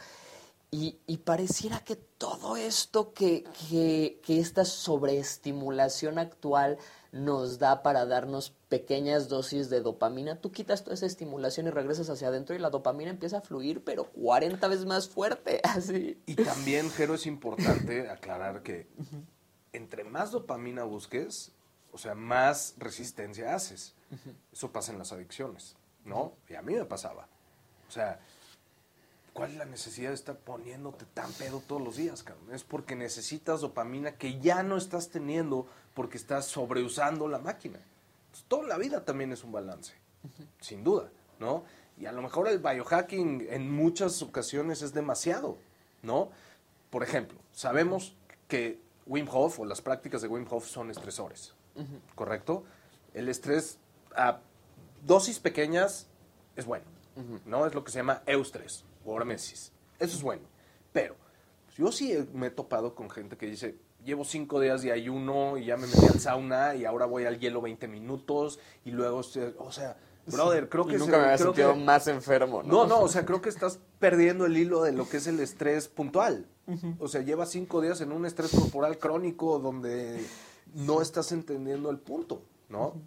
Y, y pareciera que todo esto, que, que, que esta sobreestimulación actual nos da para darnos pequeñas dosis de dopamina, tú quitas toda esa estimulación y regresas hacia adentro y la dopamina empieza a fluir, pero cuarenta veces más fuerte, así. Y también, Jero, es importante aclarar que uh-huh. entre más dopamina busques, o sea, más resistencia haces. Uh-huh. Eso pasa en las adicciones, ¿no? Uh-huh. Y a mí me pasaba. O sea, ¿cuál es la necesidad de estar poniéndote tan pedo todos los días, cabrón? Es porque necesitas dopamina que ya no estás teniendo porque estás sobreusando la máquina. Entonces, toda la vida también es un balance, uh-huh. sin duda, ¿no? Y a lo mejor el biohacking en muchas ocasiones es demasiado, ¿no? Por ejemplo, sabemos que Wim Hof o las prácticas de Wim Hof son estresores, uh-huh. ¿correcto? El estrés a dosis pequeñas es bueno, uh-huh. ¿no? Es lo que se llama eustrés o hormesis. Eso es bueno. Pero pues yo sí me he topado con gente que dice, llevo cinco días de ayuno y ya me metí al sauna y ahora voy al hielo veinte minutos y luego, o sea, brother, creo y que... nunca se, me había creo sentido que, más enfermo, ¿no? No, no, o sea, creo que estás perdiendo el hilo de lo que es el estrés puntual. Uh-huh. O sea, llevas cinco días en un estrés corporal crónico donde no estás entendiendo el punto, ¿no? Uh-huh.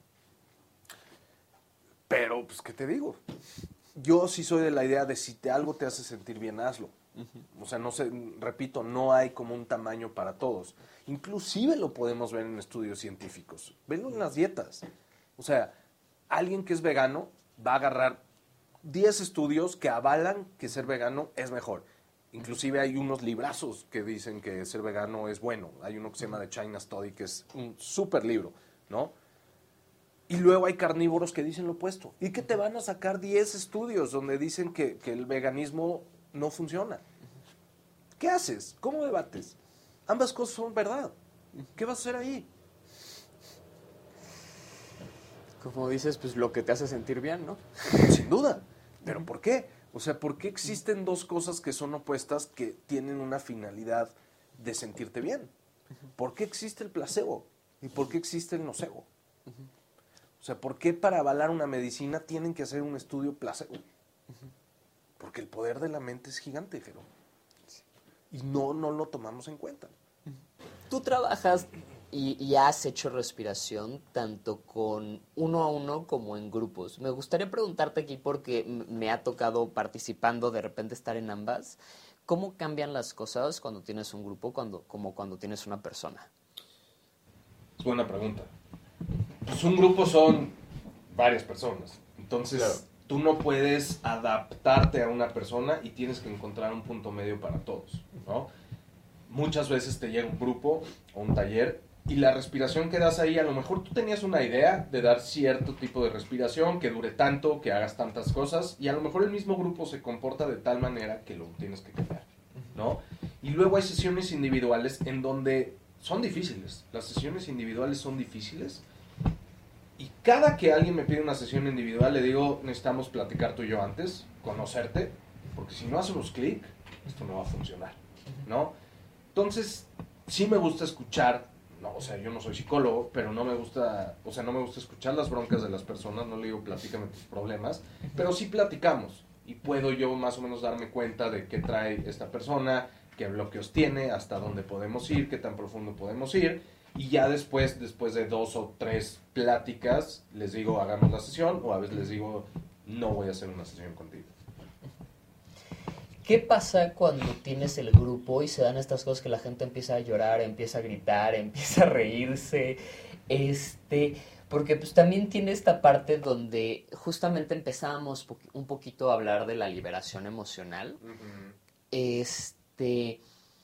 Pero, pues, ¿qué te digo? Yo sí soy de la idea de si te, algo te hace sentir bien, hazlo. Uh-huh. O sea, no sé, repito, no hay como un tamaño para todos. Inclusive lo podemos ver en estudios científicos. Venlo en las dietas. O sea, alguien que es vegano va a agarrar diez estudios que avalan que ser vegano es mejor. Inclusive hay unos librazos que dicen que ser vegano es bueno. Hay uno que se llama The China Study, que es un súper libro, ¿no? Y luego hay carnívoros que dicen lo opuesto. Y que te van a sacar diez estudios donde dicen que, que el veganismo no funciona. ¿Qué haces? ¿Cómo debates? Ambas cosas son verdad. ¿Qué vas a hacer ahí? Como dices, pues lo que te hace sentir bien, ¿no? Sin duda. ¿Pero por qué? O sea, ¿por qué existen dos cosas que son opuestas que tienen una finalidad de sentirte bien? ¿Por qué existe el placebo? ¿Y por qué existe el nocebo? O sea, ¿por qué para avalar una medicina tienen que hacer un estudio placebo? Porque el poder de la mente es gigante, Jero. Y no, no lo tomamos en cuenta. Tú trabajas y, y has hecho respiración tanto con uno a uno como en grupos. Me gustaría preguntarte aquí porque me ha tocado participando de repente estar en ambas. ¿Cómo cambian las cosas cuando tienes un grupo cuando, como cuando tienes una persona? Es buena pregunta. Pues un grupo son varias personas. Entonces, claro, tú no puedes adaptarte a una persona y tienes que encontrar un punto medio para todos, ¿no? Muchas veces te llega un grupo o un taller y la respiración que das ahí, a lo mejor tú tenías una idea de dar cierto tipo de respiración que dure tanto, que hagas tantas cosas, y a lo mejor el mismo grupo se comporta de tal manera que lo tienes que cambiar, ¿no? Y luego hay sesiones individuales en donde son difíciles. Las sesiones individuales son difíciles. Y cada que alguien me pide una sesión individual, le digo, necesitamos platicar tú y yo antes, conocerte, porque si no hacemos clic, esto no va a funcionar, ¿no? Entonces, sí me gusta escuchar, no, o sea, yo no soy psicólogo, pero no me gusta, o sea, no me gusta escuchar las broncas de las personas, no le digo, platícame tus problemas, pero sí platicamos, y puedo yo más o menos darme cuenta de qué trae esta persona, qué bloqueos tiene, hasta dónde podemos ir, qué tan profundo podemos ir, y ya después, después de dos o tres pláticas, les digo, hagamos la sesión, o a veces les digo, no voy a hacer una sesión contigo. ¿Qué pasa cuando tienes el grupo y se dan estas cosas que la gente empieza a llorar, empieza a gritar, empieza a reírse? Este, porque pues también tiene esta parte donde justamente empezábamos po- un poquito a hablar de la liberación emocional. Uh-huh. Este,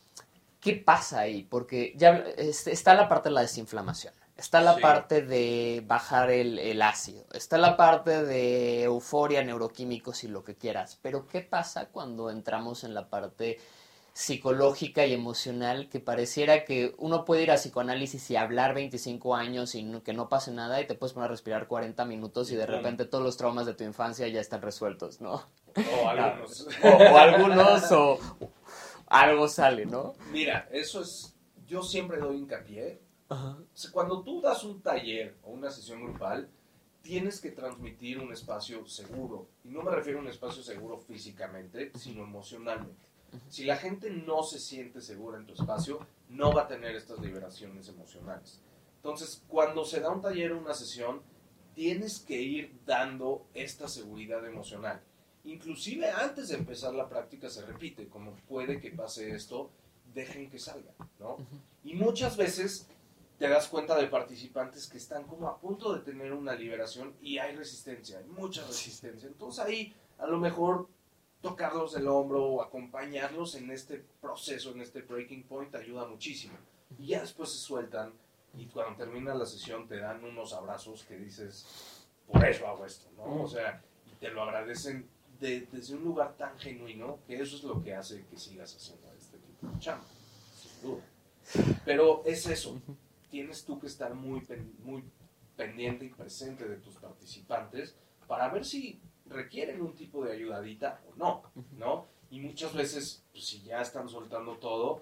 ¿qué pasa ahí? Porque ya este, está la parte de la desinflamación. Está la sí. parte de bajar el, el ácido, está la parte de euforia, neuroquímicos y lo que quieras. Pero ¿qué pasa cuando entramos en la parte psicológica y emocional que pareciera que uno puede ir a psicoanálisis y hablar veinticinco años y no, que no pase nada y te puedes poner a respirar cuarenta minutos y de repente todos los traumas de tu infancia ya están resueltos, ¿no? O algunos. o, o algunos o algo sale, ¿no? Mira, eso es, yo siempre doy hincapié. Uh-huh. O sea, cuando tú das un taller o una sesión grupal, tienes que transmitir un espacio seguro. Y no me refiero a un espacio seguro físicamente, sino emocionalmente. Uh-huh. Si la gente no se siente segura en tu espacio, no va a tener estas liberaciones emocionales. Entonces, cuando se da un taller o una sesión, tienes que ir dando esta seguridad emocional. Inclusive antes de empezar la práctica se repite, como puede que pase esto, dejen que salga, ¿no? Uh-huh. Y muchas veces te das cuenta de participantes que están como a punto de tener una liberación y hay resistencia, hay mucha resistencia. Entonces ahí a lo mejor tocarlos del hombro o acompañarlos en este proceso, en este breaking point, te ayuda muchísimo. Y ya después se sueltan y cuando termina la sesión te dan unos abrazos que dices, por eso hago esto, ¿no? O sea, y te lo agradecen de, desde un lugar tan genuino que eso es lo que hace que sigas haciendo este tipo de chamba, sin duda. Pero es eso. Tienes tú que estar muy, muy pendiente y presente de tus participantes para ver si requieren un tipo de ayudadita o no, ¿no? Y muchas veces, pues, si ya están soltando todo,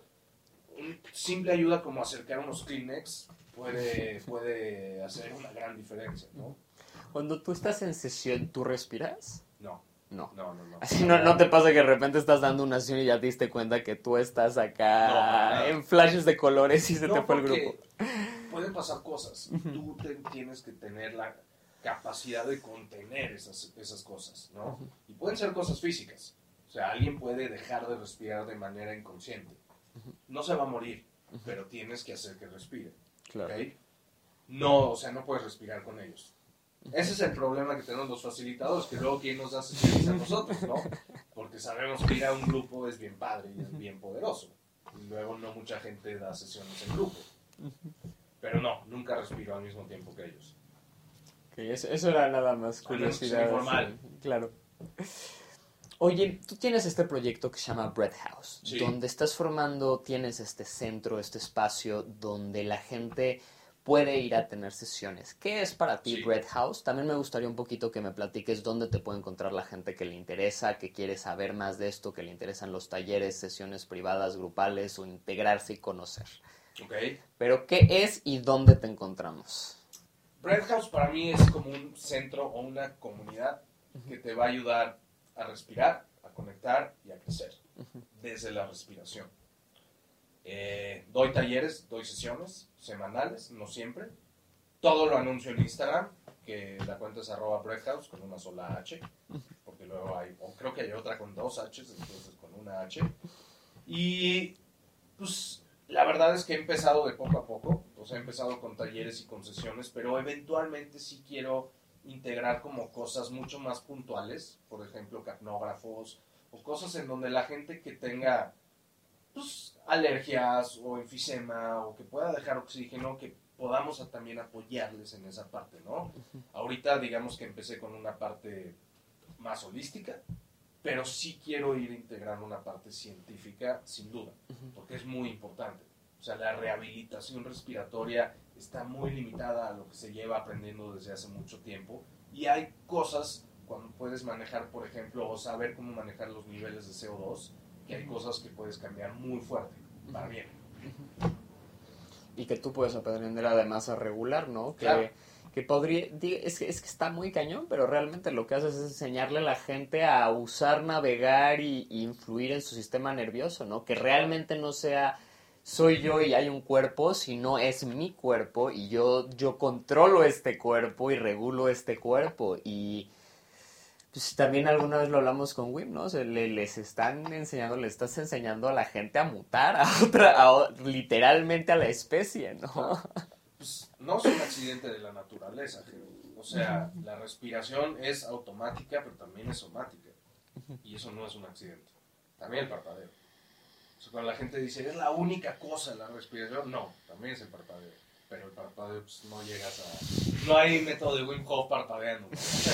un simple ayuda como acercar unos Kleenex puede, puede hacer una gran diferencia, ¿no? Cuando tú estás en sesión, ¿tú respiras? No. No. No, no, no. Así no, no te pasa que de repente estás dando una sesión y ya te diste cuenta que tú estás acá no, en flashes de colores y se no, te fue el grupo. Pueden pasar cosas. Uh-huh. Tú te, tienes que tener la capacidad de contener esas, esas cosas, ¿no? Uh-huh. Y pueden ser cosas físicas. O sea, alguien puede dejar de respirar de manera inconsciente. Uh-huh. No se va a morir, uh-huh. pero tienes que hacer que respire. Claro. ¿Okay? No, o sea, no puedes respirar con ellos. Ese es el problema que tenemos los facilitadores, que luego quién nos hace sesiones a nosotros, ¿no? porque sabemos que ir a un grupo es bien padre y es bien poderoso. Y luego no mucha gente da sesiones en grupo. Pero no, nunca respiro al mismo tiempo que ellos. Okay, eso, eso era nada más curiosidad. Informal. Sí, claro. Oye, tú tienes este proyecto que se llama Bread House, sí. donde estás formando, tienes este centro, este espacio donde la gente puede ir a tener sesiones. ¿Qué es para ti sí. Bread House? También me gustaría un poquito que me platiques dónde te puede encontrar la gente que le interesa, que quiere saber más de esto, que le interesan los talleres, sesiones privadas, grupales o integrarse y conocer. Okay. Pero ¿qué es y dónde te encontramos? Bread House para mí es como un centro o una comunidad que te va a ayudar a respirar, a conectar y a crecer uh-huh. desde la respiración. Eh, doy talleres, doy sesiones semanales, no siempre. Todo lo anuncio en Instagram, que la cuenta es arroba breadhouse con una sola H, porque luego hay, o creo que hay otra con dos H's, entonces con una H. Y pues la verdad es que he empezado de poco a poco, o sea, he empezado con talleres y con sesiones, pero eventualmente sí quiero integrar como cosas mucho más puntuales, por ejemplo, capnógrafos, o cosas en donde la gente que tenga pues, alergias o enfisema, o que pueda dejar oxígeno, que podamos a, también apoyarles en esa parte, ¿no? Uh-huh. Ahorita digamos que empecé con una parte más holística, pero sí quiero ir integrando una parte científica, sin duda, porque es muy importante. O sea, la rehabilitación respiratoria está muy limitada a lo que se lleva aprendiendo desde hace mucho tiempo, y hay cosas, cuando puedes manejar, por ejemplo, o saber cómo manejar los niveles de C O dos, que hay cosas que puedes cambiar muy fuerte, para bien. Y que tú puedes aprender además a regular, ¿no? Que, claro. que podría, es que, es que está muy cañón, pero realmente lo que haces es enseñarle a la gente a usar, navegar y, y influir en su sistema nervioso, ¿no? Que realmente no sea soy yo y hay un cuerpo, sino es mi cuerpo y yo, yo controlo este cuerpo y regulo este cuerpo. Y pues también alguna vez lo hablamos con Wim, ¿no? O sea, le, les están enseñando, le estás enseñando a la gente a mutar a otra, a, literalmente a la especie, ¿no? Pues no es un accidente de la naturaleza, o sea, la respiración es automática, pero también es somática, y eso no es un accidente. También el parpadeo. O sea, cuando la gente dice, es la única cosa la respiración, no, también es el parpadeo. Pero el parpadeo, pues, no llegas a... No hay método de Wim Hof parpadeando.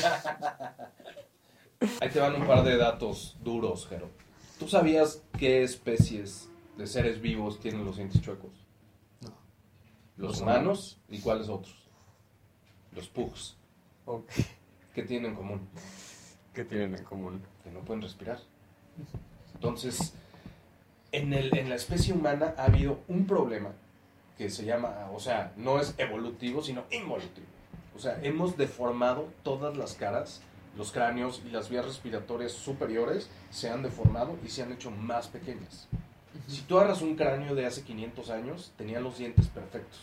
Ahí te van un par de datos duros, Jero. ¿Tú sabías qué especies de seres vivos tienen los dientes chuecos? No. Los humanos, ¿y cuáles otros? Los pugs. Okay. ¿Qué tienen en común? ¿Qué tienen en común? Que no pueden respirar. Entonces... En, el, en la especie humana ha habido un problema que se llama, o sea, no es evolutivo, sino involutivo. O sea, hemos deformado todas las caras, los cráneos y las vías respiratorias superiores se han deformado y se han hecho más pequeñas. Si tú agarras un cráneo de hace quinientos años, tenían los dientes perfectos.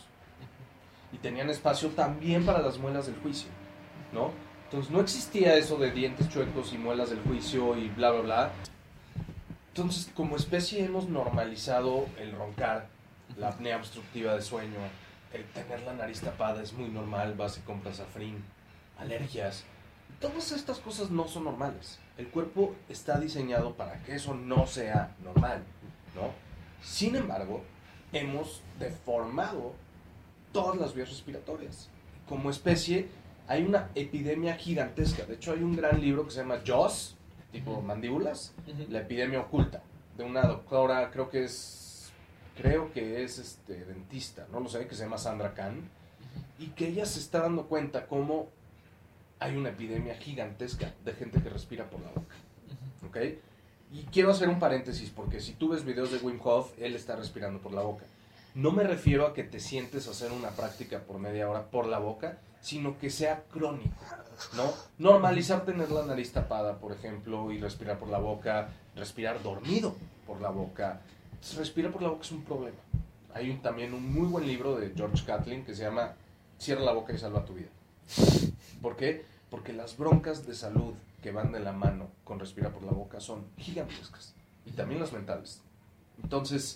Y tenían espacio también para las muelas del juicio, ¿no? Entonces no existía eso de dientes chuecos y muelas del juicio y bla, bla, bla. Entonces, como especie hemos normalizado el roncar, la apnea obstructiva de sueño, el tener la nariz tapada es muy normal, vas y compras Afrin, alergias. Todas estas cosas no son normales. El cuerpo está diseñado para que eso no sea normal, ¿no? Sin embargo, hemos deformado todas las vías respiratorias. Como especie, hay una epidemia gigantesca. De hecho, hay un gran libro que se llama Jaws, tipo mandíbulas, uh-huh. La epidemia oculta, de una doctora, creo que es, creo que es este, dentista, no lo sé, que se llama Sandra Kahn, uh-huh. Y que ella se está dando cuenta cómo hay una epidemia gigantesca de gente que respira por la boca, uh-huh. ¿Ok? Y quiero hacer un paréntesis, porque si tú ves videos de Wim Hof, él está respirando por la boca. No me refiero a que te sientes a hacer una práctica por media hora por la boca, sino que sea crónico, ¿no? Normalizar tener la nariz tapada, por ejemplo, y respirar por la boca, respirar dormido por la boca. Entonces, respirar por la boca es un problema. Hay un, también un muy buen libro de George Catlin que se llama Cierra la boca y salva tu vida. ¿Por qué? Porque las broncas de salud que van de la mano con respirar por la boca son gigantescas, y también las mentales. Entonces,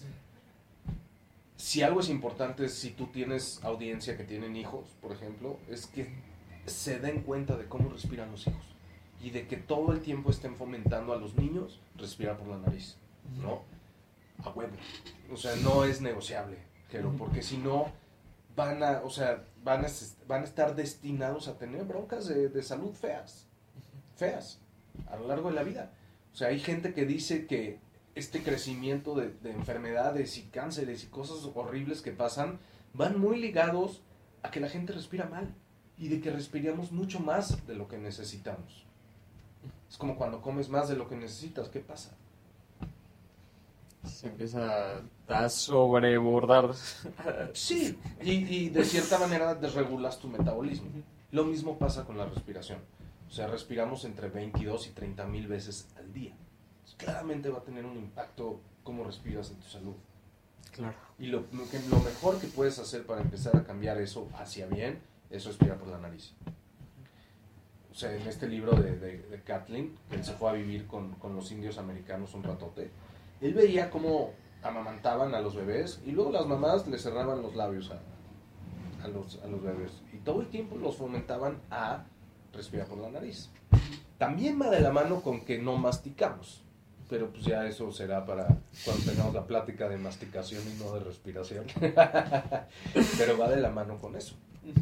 si algo es importante, si tú tienes audiencia que tienen hijos, por ejemplo, es que se den cuenta de cómo respiran los hijos. y de que todo el tiempo estén fomentando a los niños respirar por la nariz, ¿no? A huevo. O sea, no es negociable, Jero, porque si no van a, o sea, van a, van a estar destinados a tener broncas de, de salud feas, feas, a lo largo de la vida. O sea, hay gente que dice que este crecimiento de, de enfermedades y cánceres y cosas horribles que pasan van muy ligados a que la gente respira mal y de que respiramos mucho más de lo que necesitamos. Es como cuando comes más de lo que necesitas, ¿qué pasa? Se empieza a sobrebordar. Sí, y, y de cierta manera desregulas tu metabolismo. Lo mismo pasa con la respiración. O sea, respiramos entre veintidós y treinta mil veces al día. Entonces, claramente va a tener un impacto cómo respiras en tu salud. Claro. Y lo, lo, que, lo mejor que puedes hacer para empezar a cambiar eso hacia bien es respirar por la nariz. O sea, en este libro de, de, de Kathleen, que él se fue a vivir con, con los indios americanos un ratote, él veía cómo amamantaban a los bebés y luego las mamás le cerraban los labios a, a, los, a los bebés. Y todo el tiempo los fomentaban a respirar por la nariz. También va de la mano con que no masticamos. Pero pues ya eso será para cuando tengamos la plática de masticación y no de respiración. Pero va de la mano con eso.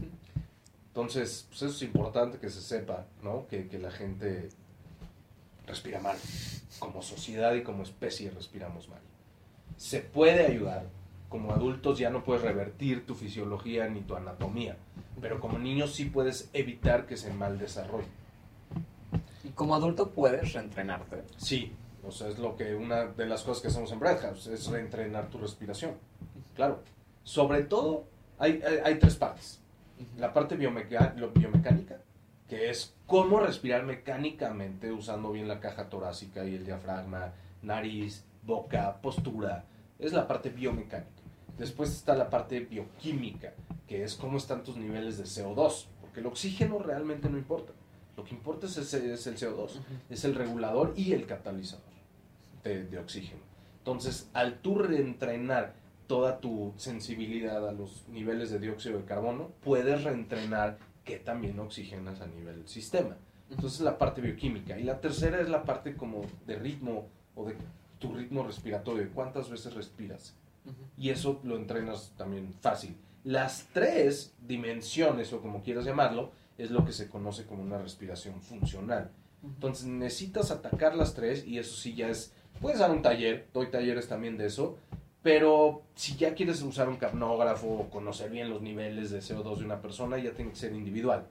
Entonces, pues eso es importante que se sepa, ¿no? Que, que la gente respira mal. Como sociedad y como especie respiramos mal. Se puede ayudar. Como adultos ya no puedes revertir tu fisiología ni tu anatomía. Pero como niños sí puedes evitar que se mal desarrolle. ¿Y como adulto puedes reentrenarte? Sí. O sea, es lo que una de las cosas que hacemos en Breath House, es reentrenar tu respiración. Claro. Sobre todo, hay, hay, hay tres partes. La parte biomeca, biomecánica, que es cómo respirar mecánicamente usando bien la caja torácica y el diafragma, nariz, boca, postura. Es la parte biomecánica. Después está la parte bioquímica, que es cómo están tus niveles de C O dos, porque el oxígeno realmente no importa. Lo que importa es, ese, es el C O dos, uh-huh. Es el regulador y el catalizador de, de oxígeno. Entonces, al tú reentrenar toda tu sensibilidad a los niveles de dióxido de carbono, puedes reentrenar que también oxigenas a nivel del sistema. Entonces, la parte bioquímica. Y la tercera es la parte como de ritmo o de tu ritmo respiratorio, cuántas veces respiras. Uh-huh. Y eso lo entrenas también fácil. Las tres dimensiones, o como quieras llamarlo, es lo que se conoce como una respiración funcional. Entonces necesitas atacar las tres y eso sí ya es, puedes dar un taller, doy talleres también de eso, pero si ya quieres usar un capnógrafo o conocer bien los niveles de C O dos de una persona, ya tiene que ser individual.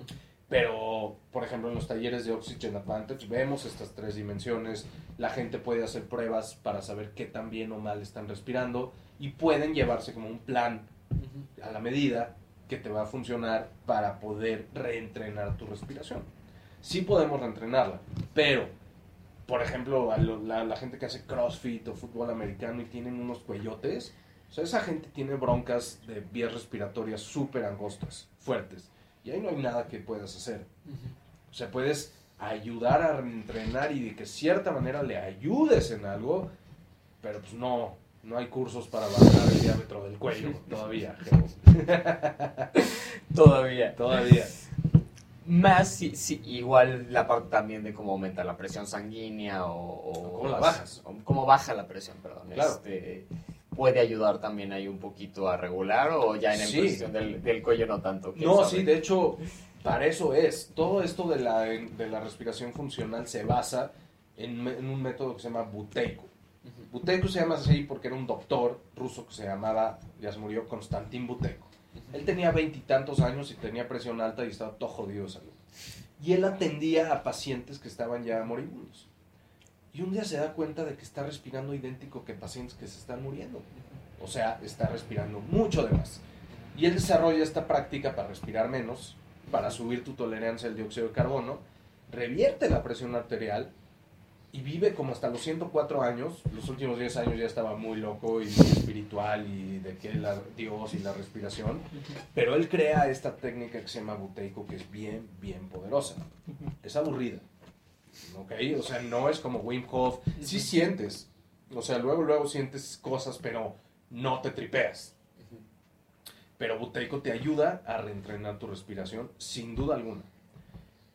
Pero, por ejemplo, en los talleres de Oxygen Advantage vemos estas tres dimensiones, la gente puede hacer pruebas para saber qué tan bien o mal están respirando y pueden llevarse como un plan a la medida que te va a funcionar para poder reentrenar tu respiración. Sí podemos reentrenarla, pero, por ejemplo, a lo, la, la gente que hace CrossFit o fútbol americano y tienen unos cuellotes, o sea, esa gente tiene broncas de vías respiratorias súper angostas, fuertes, y ahí no hay nada que puedas hacer. Uh-huh. O sea, puedes ayudar a reentrenar y de que cierta manera le ayudes en algo, pero pues no... No hay cursos para bajar el diámetro del cuello todavía. Todavía. Todavía. Más, si, si, igual la parte también de cómo aumenta la presión sanguínea o... o ¿Cómo la bajas? O cómo baja la presión, perdón. Claro. Este, ¿puede ayudar también ahí un poquito a regular o ya en sí. cuestión del, del cuello no tanto? No, sabe? sí, de hecho, para eso es. Todo esto de la, de la respiración funcional se basa en, en un método que se llama buteyko. Uh-huh. Buteyko se llama así porque era un doctor ruso que se llamaba, ya se murió, Konstantin Buteyko. Uh-huh. Él tenía veintitantos años y tenía presión alta y estaba todo jodido de salud. Y él atendía a pacientes que estaban ya moribundos. Y un día se da cuenta de que está respirando idéntico que pacientes que se están muriendo. O sea, está respirando mucho de más. Y él desarrolla esta práctica para respirar menos, para subir tu tolerancia al dióxido de carbono, revierte la presión arterial y vive como hasta los ciento cuatro años. Los últimos diez años ya estaba muy loco y muy espiritual y de que la Dios y la respiración. Pero él crea esta técnica que se llama buteyko, que es bien, bien poderosa. Es aburrida, ¿ok? O sea, no es como Wim Hof. Sí sientes, o sea, luego, luego sientes cosas, pero no te tripeas. Pero buteyko te ayuda a reentrenar tu respiración, sin duda alguna.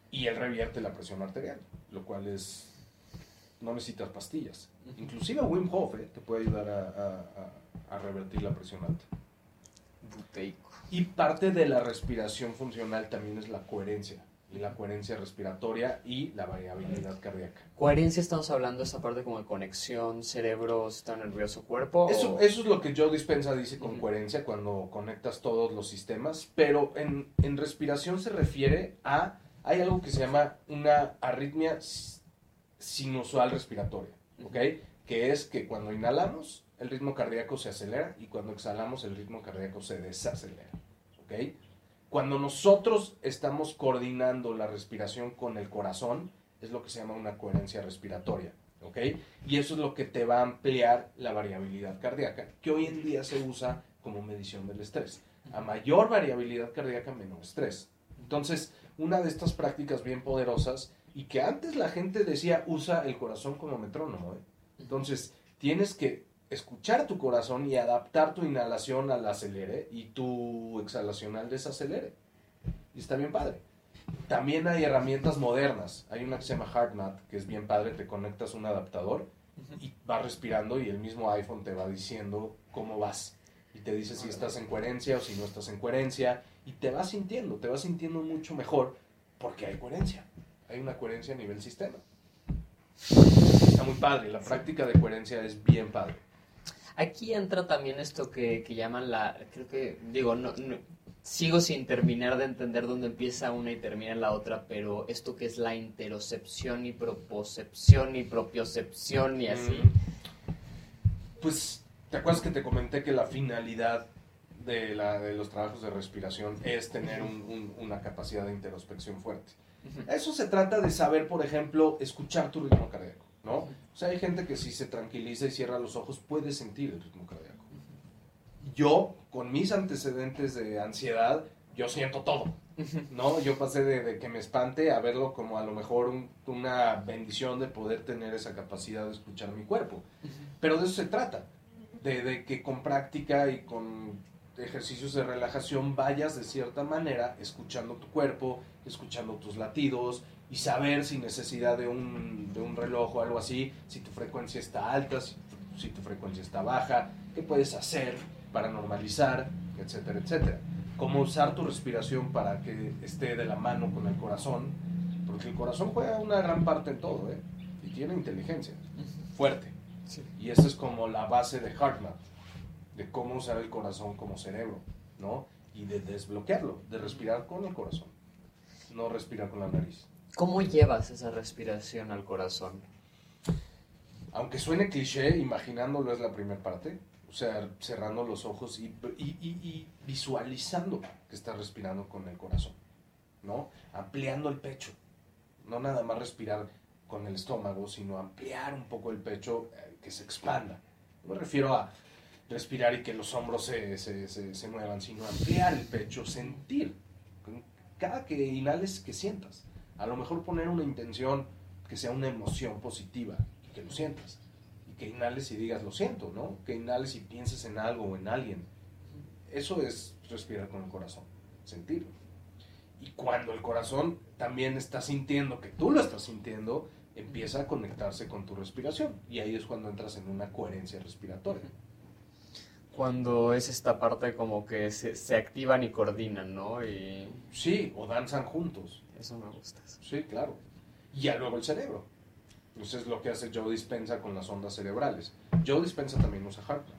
y él revierte la presión arterial, lo cual es, no necesitas pastillas. Uh-huh. Inclusive Wim Hof eh, te puede ayudar a, a, a, a revertir la presión alta. Buteico. Y parte de la respiración funcional también es la coherencia, y la coherencia respiratoria y la variabilidad cardíaca. ¿Coherencia estamos hablando de esa parte como de conexión cerebro, sistema nervioso, cuerpo? Eso, o... eso es lo que Joe Dispenza dice con Uh-huh. coherencia cuando conectas todos los sistemas, pero en, en respiración se refiere a, hay algo que se llama una arritmia sinusual respiratoria, ¿ok? Uh-huh. Que es que cuando inhalamos el ritmo cardíaco se acelera y cuando exhalamos el ritmo cardíaco se desacelera, ¿ok? Cuando nosotros estamos coordinando la respiración con el corazón, es lo que se llama una coherencia respiratoria, ¿ok? Y eso es lo que te va a ampliar la variabilidad cardíaca, que hoy en día se usa como medición del estrés. A mayor variabilidad cardíaca, menor estrés. Entonces, una de estas prácticas bien poderosas, y que antes la gente decía, usa el corazón como metrónomo, ¿eh? Entonces, tienes que escuchar tu corazón y adaptar tu inhalación al acelere y tu exhalación al desacelere. Y está bien padre. También hay herramientas modernas. Hay una que se llama HeartMath, que es bien padre. Te conectas un adaptador y vas respirando y el mismo iPhone te va diciendo cómo vas. Y te dice si estás en coherencia o si no estás en coherencia. Y te vas sintiendo, te vas sintiendo mucho mejor porque hay coherencia. Hay una coherencia a nivel sistema. Está muy padre. La práctica de coherencia es bien padre. Aquí entra también esto que, que llaman la, creo que, digo, no, no, sigo sin terminar de entender dónde empieza una y termina la otra, pero esto que es la interocepción y propocepción y propiocepción y así. Pues, ¿te acuerdas que te comenté que la finalidad de, la, de los trabajos de respiración es tener un, un, una capacidad de introspección fuerte? Uh-huh. Eso se trata de saber, por ejemplo, escuchar tu ritmo cardíaco, ¿no? Uh-huh. O sea, hay gente que si se tranquiliza y cierra los ojos puede sentir el ritmo cardíaco. Uh-huh. Yo, con mis antecedentes de ansiedad, yo siento todo, ¿no? Yo pasé de, de que me espante a verlo como a lo mejor un, una bendición de poder tener esa capacidad de escuchar mi cuerpo. Uh-huh. Pero de eso se trata, de, de que con práctica y con ejercicios de relajación vayas de cierta manera escuchando tu cuerpo, escuchando tus latidos y saber sin necesidad de un, de un reloj o algo así, si tu frecuencia está alta, si, si tu frecuencia está baja, qué puedes hacer para normalizar, etcétera, etcétera. Cómo usar tu respiración para que esté de la mano con el corazón, porque el corazón juega una gran parte en todo, ¿eh? Y tiene inteligencia fuerte. Sí. Y esa es como la base de HeartMath, de cómo usar el corazón como cerebro, ¿no? Y de desbloquearlo, de respirar con el corazón, no respirar con la nariz. ¿Cómo llevas esa respiración al corazón? Aunque suene cliché, imaginándolo es la primera parte. O sea, cerrando los ojos y, y, y, y visualizando que estás respirando con el corazón, ¿no? Ampliando el pecho. No nada más respirar con el estómago, sino ampliar un poco el pecho, eh, que se expanda. No me refiero a respirar y que los hombros se, se, se, se muevan, sino ampliar el pecho, sentir. Cada que inhales, que sientas. A lo mejor poner una intención que sea una emoción positiva y que lo sientas. Y que inhales y digas, lo siento, ¿no? Que inhales y pienses en algo o en alguien. Eso es respirar con el corazón, sentirlo. Y cuando el corazón también está sintiendo que tú lo estás sintiendo, empieza a conectarse con tu respiración. Y ahí es cuando entras en una coherencia respiratoria. Cuando es esta parte como que se, se activan y coordinan, ¿no? Y... Sí, o danzan juntos. Eso me gusta. Sí, claro. Y ya luego el cerebro. Eso es lo que hace Joe Dispenza con las ondas cerebrales. Joe Dispenza también usa HeartMath.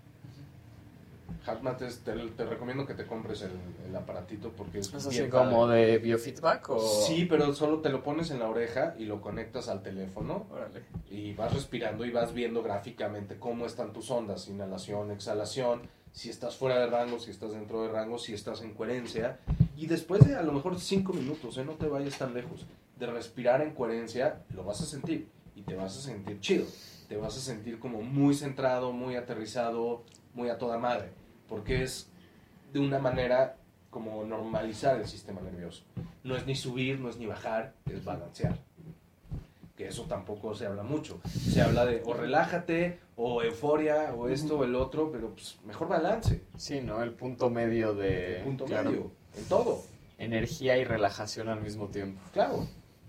HeartMath es, te, te recomiendo que te compres el, el aparatito porque es, ¿Es así como padre. de biofeedback? O... Sí, pero solo te lo pones en la oreja y lo conectas al teléfono. Órale. Y vas respirando y vas viendo gráficamente cómo están tus ondas, inhalación, exhalación, si estás fuera de rango, si estás dentro de rango, si estás en coherencia. Y después de a lo mejor cinco minutos, ¿eh? No te vayas tan lejos, de respirar en coherencia, lo vas a sentir y te vas a sentir chido. Te vas a sentir como muy centrado, muy aterrizado, muy a toda madre. Porque es de una manera como normalizar el sistema nervioso. No es ni subir, no es ni bajar, es balancear. Que eso tampoco se habla mucho. Se habla de o relájate, o euforia, o esto o el otro, pero pues mejor balance. Sí, ¿no? El punto medio de... El punto claro. medio, en todo. Energía y relajación al mismo tiempo. Claro.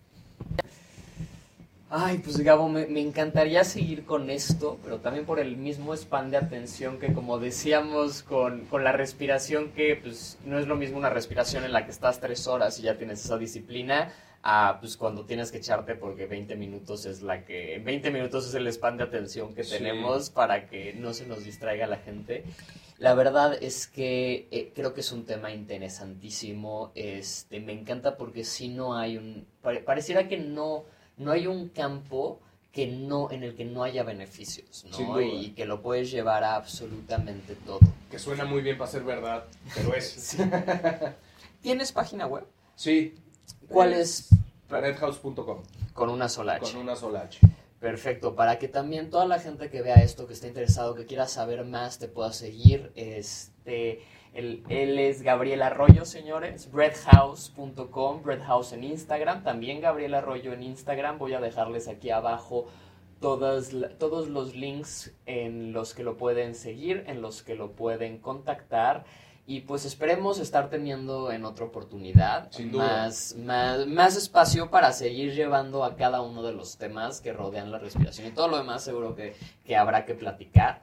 Ay, pues Gabo, me, me encantaría seguir con esto, pero también por el mismo span de atención que, como decíamos, con, con la respiración, que pues no es lo mismo una respiración en la que estás tres horas y ya tienes esa disciplina, a pues cuando tienes que echarte porque veinte minutos es la que... veinte minutos es el span de atención que sí. tenemos para que no se nos distraiga la gente. La verdad es que eh, creo que es un tema interesantísimo. Este, me encanta porque si no hay un... Pare, pareciera que no... No hay un campo que no, en el que no haya beneficios, ¿no? Y que lo puedes llevar a absolutamente todo. Que suena muy bien para ser verdad, pero es. Sí. ¿Tienes página web? Sí. ¿Cuál es? red house punto com. Con una sola H. Con una sola H. Perfecto, para que también toda la gente que vea esto, que esté interesado, que quiera saber más, te pueda seguir. Este, él, él es Gabriel Arroyo, señores, bread house punto com, breadhouse en Instagram, también Gabriel Arroyo en Instagram. Voy a dejarles aquí abajo todas, todos los links en los que lo pueden seguir, en los que lo pueden contactar. Y pues esperemos estar teniendo en otra oportunidad más, más, más espacio para seguir llevando a cada uno de los temas que rodean la respiración. Y todo lo demás seguro que, que habrá que platicar.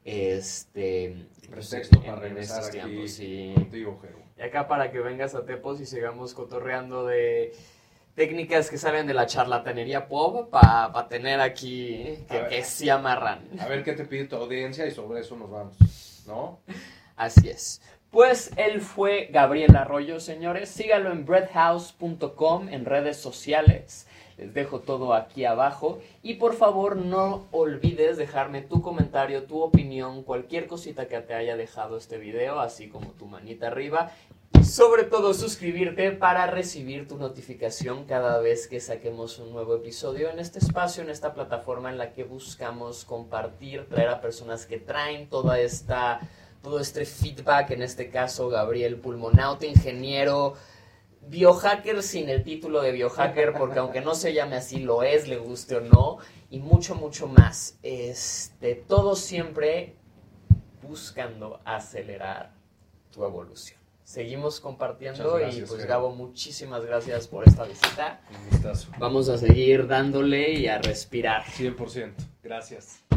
Este, Pretexto pues, para en, regresar en aquí tiempos, sí. contigo, Jero. Y acá para que vengas a Tepos y sigamos cotorreando de técnicas que salen de la charlatanería pop para pa tener aquí que, que se amarran. A ver qué te pide tu audiencia y sobre eso nos vamos, ¿no? Así es. Pues él fue Gabriel Arroyo, señores. Síganlo en bread house punto com, en redes sociales. Les dejo todo aquí abajo. Y por favor, no olvides dejarme tu comentario, tu opinión, cualquier cosita que te haya dejado este video, así como tu manita arriba. Y sobre todo, suscribirte para recibir tu notificación cada vez que saquemos un nuevo episodio en este espacio, en esta plataforma en la que buscamos compartir, traer a personas que traen toda esta... todo este feedback, en este caso Gabriel, pulmonauta, ingeniero, biohacker sin el título de biohacker, porque aunque no se llame así, lo es, le guste o no, y mucho, mucho más. Este, todo siempre buscando acelerar tu evolución. Seguimos compartiendo gracias, y pues Gabo. Gabo, muchísimas gracias por esta visita. Un gustazo. Vamos a seguir dándole y a respirar. cien por ciento. Gracias.